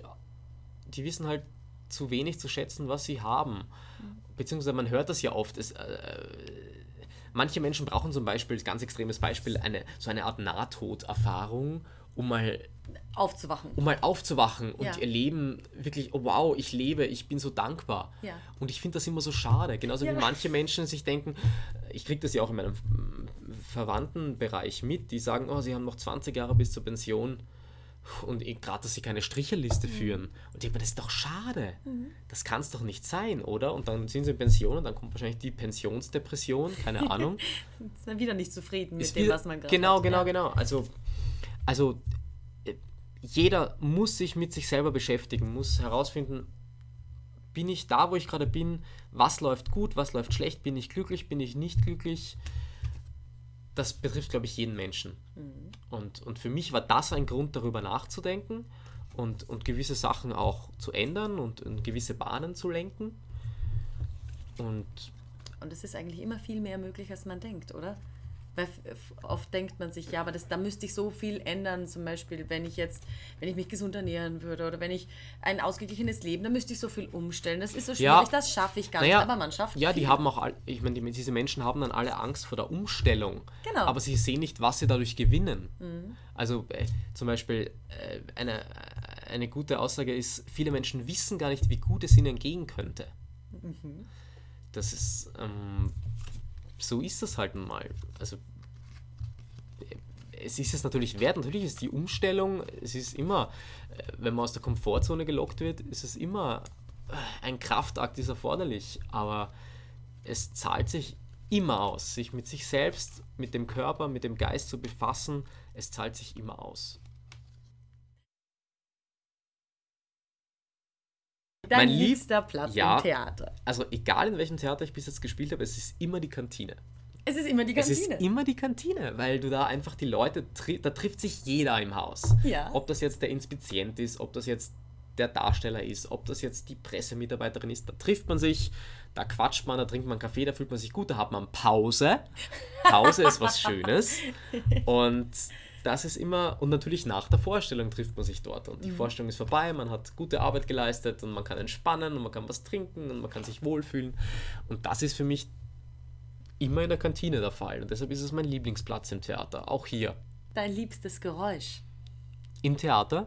zu wenig zu schätzen, was sie haben. Beziehungsweise man hört das ja oft. Manche Menschen brauchen zum Beispiel, ganz extremes Beispiel, so eine Art Nahtoderfahrung, um mal aufzuwachen und ihr Leben wirklich, oh wow, ich lebe, ich bin so dankbar. Ja. Und ich finde das immer so schade. Genauso wie manche Menschen sich denken, ich kriege das ja auch in meinem Verwandtenbereich mit, die sagen, oh, sie haben noch 20 Jahre bis zur Pension. Und gerade, dass sie keine Stricherliste führen. Und ich denke mir, das ist doch schade. Das kann es doch nicht sein, oder? Und dann sind sie in Pension und dann kommt wahrscheinlich die Pensionsdepression, keine Ahnung. Ist man wieder nicht zufrieden mit dem, was man gerade hat. Genau. Also jeder muss sich mit sich selber beschäftigen, muss herausfinden, bin ich da, wo ich gerade bin, was läuft gut, was läuft schlecht, bin ich glücklich, bin ich nicht glücklich. Das betrifft, glaube ich, jeden Menschen. Und für mich war das ein Grund, darüber nachzudenken und gewisse Sachen auch zu ändern und in gewisse Bahnen zu lenken. Und es ist eigentlich immer viel mehr möglich, als man denkt, oder? Weil oft denkt man sich, ja, aber da müsste ich so viel ändern, zum Beispiel, wenn ich mich gesund ernähren würde oder wenn ich ein ausgeglichenes Leben, dann müsste ich so viel umstellen. Das ist so schwierig, das schaffe ich gar nicht, aber man schafft ja, viel. Die haben auch, ich meine, diese Menschen haben dann alle Angst vor der Umstellung, genau. Aber sie sehen nicht, was sie dadurch gewinnen. Also zum Beispiel eine gute Aussage ist, viele Menschen wissen gar nicht, wie gut es ihnen gehen könnte. Das ist, so ist das halt mal. Also es ist es natürlich wert, natürlich ist die Umstellung, es ist immer, wenn man aus der Komfortzone gelockt wird, ist es immer ein Kraftakt, ist erforderlich, aber es zahlt sich immer aus, sich mit sich selbst, mit dem Körper, mit dem Geist zu befassen, es zahlt sich immer aus. Dein liebster Platz im Theater. Also egal in welchem Theater ich bis jetzt gespielt habe, es ist immer die Kantine. Es ist immer die Kantine. Es ist immer die Kantine, weil du da einfach die Leute, da trifft sich jeder im Haus. Ja. Ob das jetzt der Inspizient ist, ob das jetzt der Darsteller ist, ob das jetzt die Pressemitarbeiterin ist, da trifft man sich, da quatscht man, da trinkt man Kaffee, da fühlt man sich gut, da hat man Pause. Pause ist was Schönes. Und das ist immer, und natürlich nach der Vorstellung trifft man sich dort. Und die Vorstellung ist vorbei, man hat gute Arbeit geleistet und man kann entspannen und man kann was trinken und man kann sich wohlfühlen. Und das ist für mich immer in der Kantine der Fall. Und deshalb ist es mein Lieblingsplatz im Theater, auch hier. Dein liebstes Geräusch? Im Theater?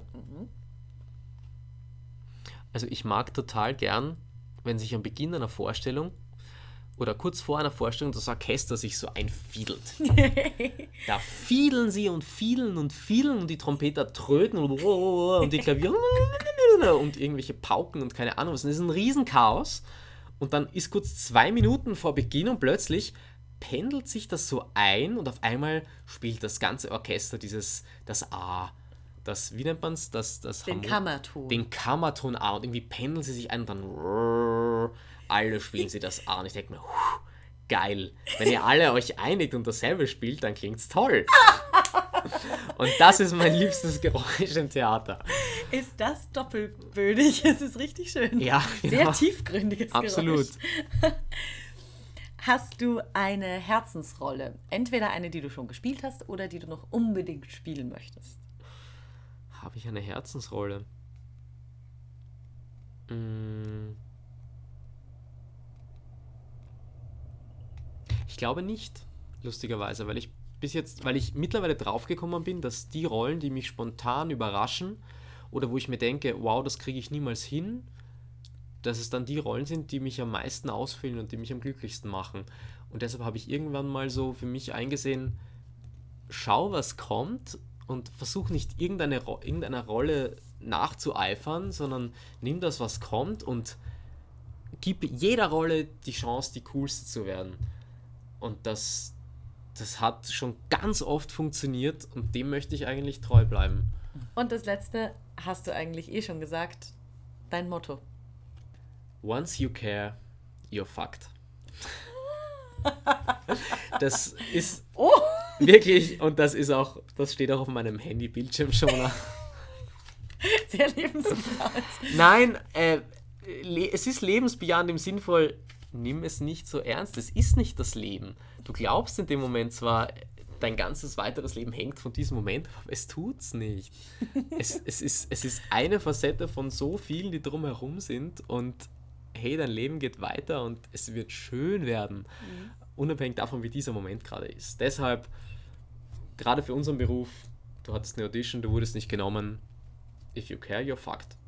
Also ich mag total gern, wenn sich am Beginn einer Vorstellung oder kurz vor einer Vorstellung das Orchester sich so einfiedelt. Da fiedeln sie und fiedlen und die Trompeter tröten und die Klavier und irgendwelche Pauken und keine Ahnung was. Und das ist ein Riesenchaos. Und dann ist kurz 2 Minuten vor Beginn und plötzlich pendelt sich das so ein und auf einmal spielt das ganze Orchester das A. Wie nennt man es? Den Kammerton. Den Kammerton A. Und irgendwie pendeln sie sich ein und dann alle spielen sie das A. Und ich denke mir, geil. Wenn ihr alle euch einigt und dasselbe spielt, dann klingt's toll. Und das ist mein liebstes Geräusch im Theater. Ist das doppelbödig? Es ist richtig schön. Ja, genau. Sehr tiefgründiges Absolut. Geräusch. Hast du eine Herzensrolle? Entweder eine, die du schon gespielt hast oder die du noch unbedingt spielen möchtest. Habe ich eine Herzensrolle? Ich glaube nicht, lustigerweise, weil ich mittlerweile draufgekommen bin, dass die Rollen, die mich spontan überraschen oder wo ich mir denke, wow, das kriege ich niemals hin, dass es dann die Rollen sind, die mich am meisten ausfüllen und die mich am glücklichsten machen. Und deshalb habe ich irgendwann mal so für mich eingesehen, schau, was kommt und versuch nicht irgendeiner Rolle nachzueifern, sondern nimm das, was kommt und gib jeder Rolle die Chance, die coolste zu werden. Und das hat schon ganz oft funktioniert und dem möchte ich eigentlich treu bleiben. Und das Letzte hast du eigentlich schon gesagt, dein Motto. Once you care, you're fucked. Das ist wirklich, und das steht auch auf meinem Handy-Bildschirmschoner. Sehr lebensbejahend. Nein, es ist lebensbejahend im Sinn von, nimm es nicht so ernst, es ist nicht das Leben. Du glaubst in dem Moment zwar, dein ganzes weiteres Leben hängt von diesem Moment, aber es tut's nicht. Es ist eine Facette von so vielen, die drumherum sind und hey, dein Leben geht weiter und es wird schön werden, unabhängig davon, wie dieser Moment gerade ist. Deshalb, gerade für unseren Beruf, du hattest eine Audition, du wurdest nicht genommen, if you care, you're fucked.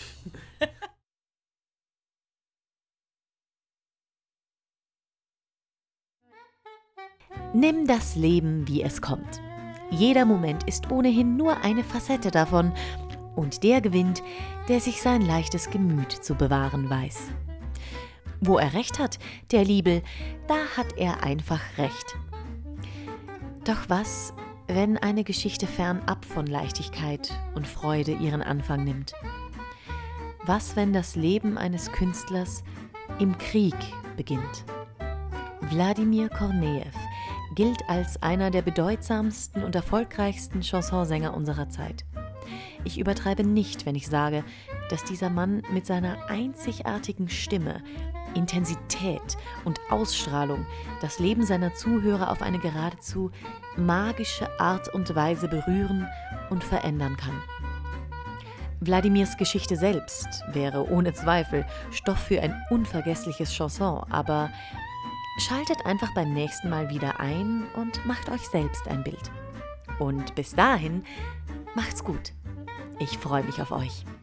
Nimm das Leben, wie es kommt. Jeder Moment ist ohnehin nur eine Facette davon und der gewinnt, der sich sein leichtes Gemüt zu bewahren weiß. Wo er recht hat, der Liebe, da hat er einfach recht. Doch was, wenn eine Geschichte fernab von Leichtigkeit und Freude ihren Anfang nimmt? Was, wenn das Leben eines Künstlers im Krieg beginnt? Wladimir Kornejew gilt als einer der bedeutsamsten und erfolgreichsten Chansonsänger unserer Zeit. Ich übertreibe nicht, wenn ich sage, dass dieser Mann mit seiner einzigartigen Stimme Intensität und Ausstrahlung das Leben seiner Zuhörer auf eine geradezu magische Art und Weise berühren und verändern kann. Wladimirs Geschichte selbst wäre ohne Zweifel Stoff für ein unvergessliches Chanson, aber schaltet einfach beim nächsten Mal wieder ein und macht euch selbst ein Bild. Und bis dahin, macht's gut. Ich freue mich auf euch.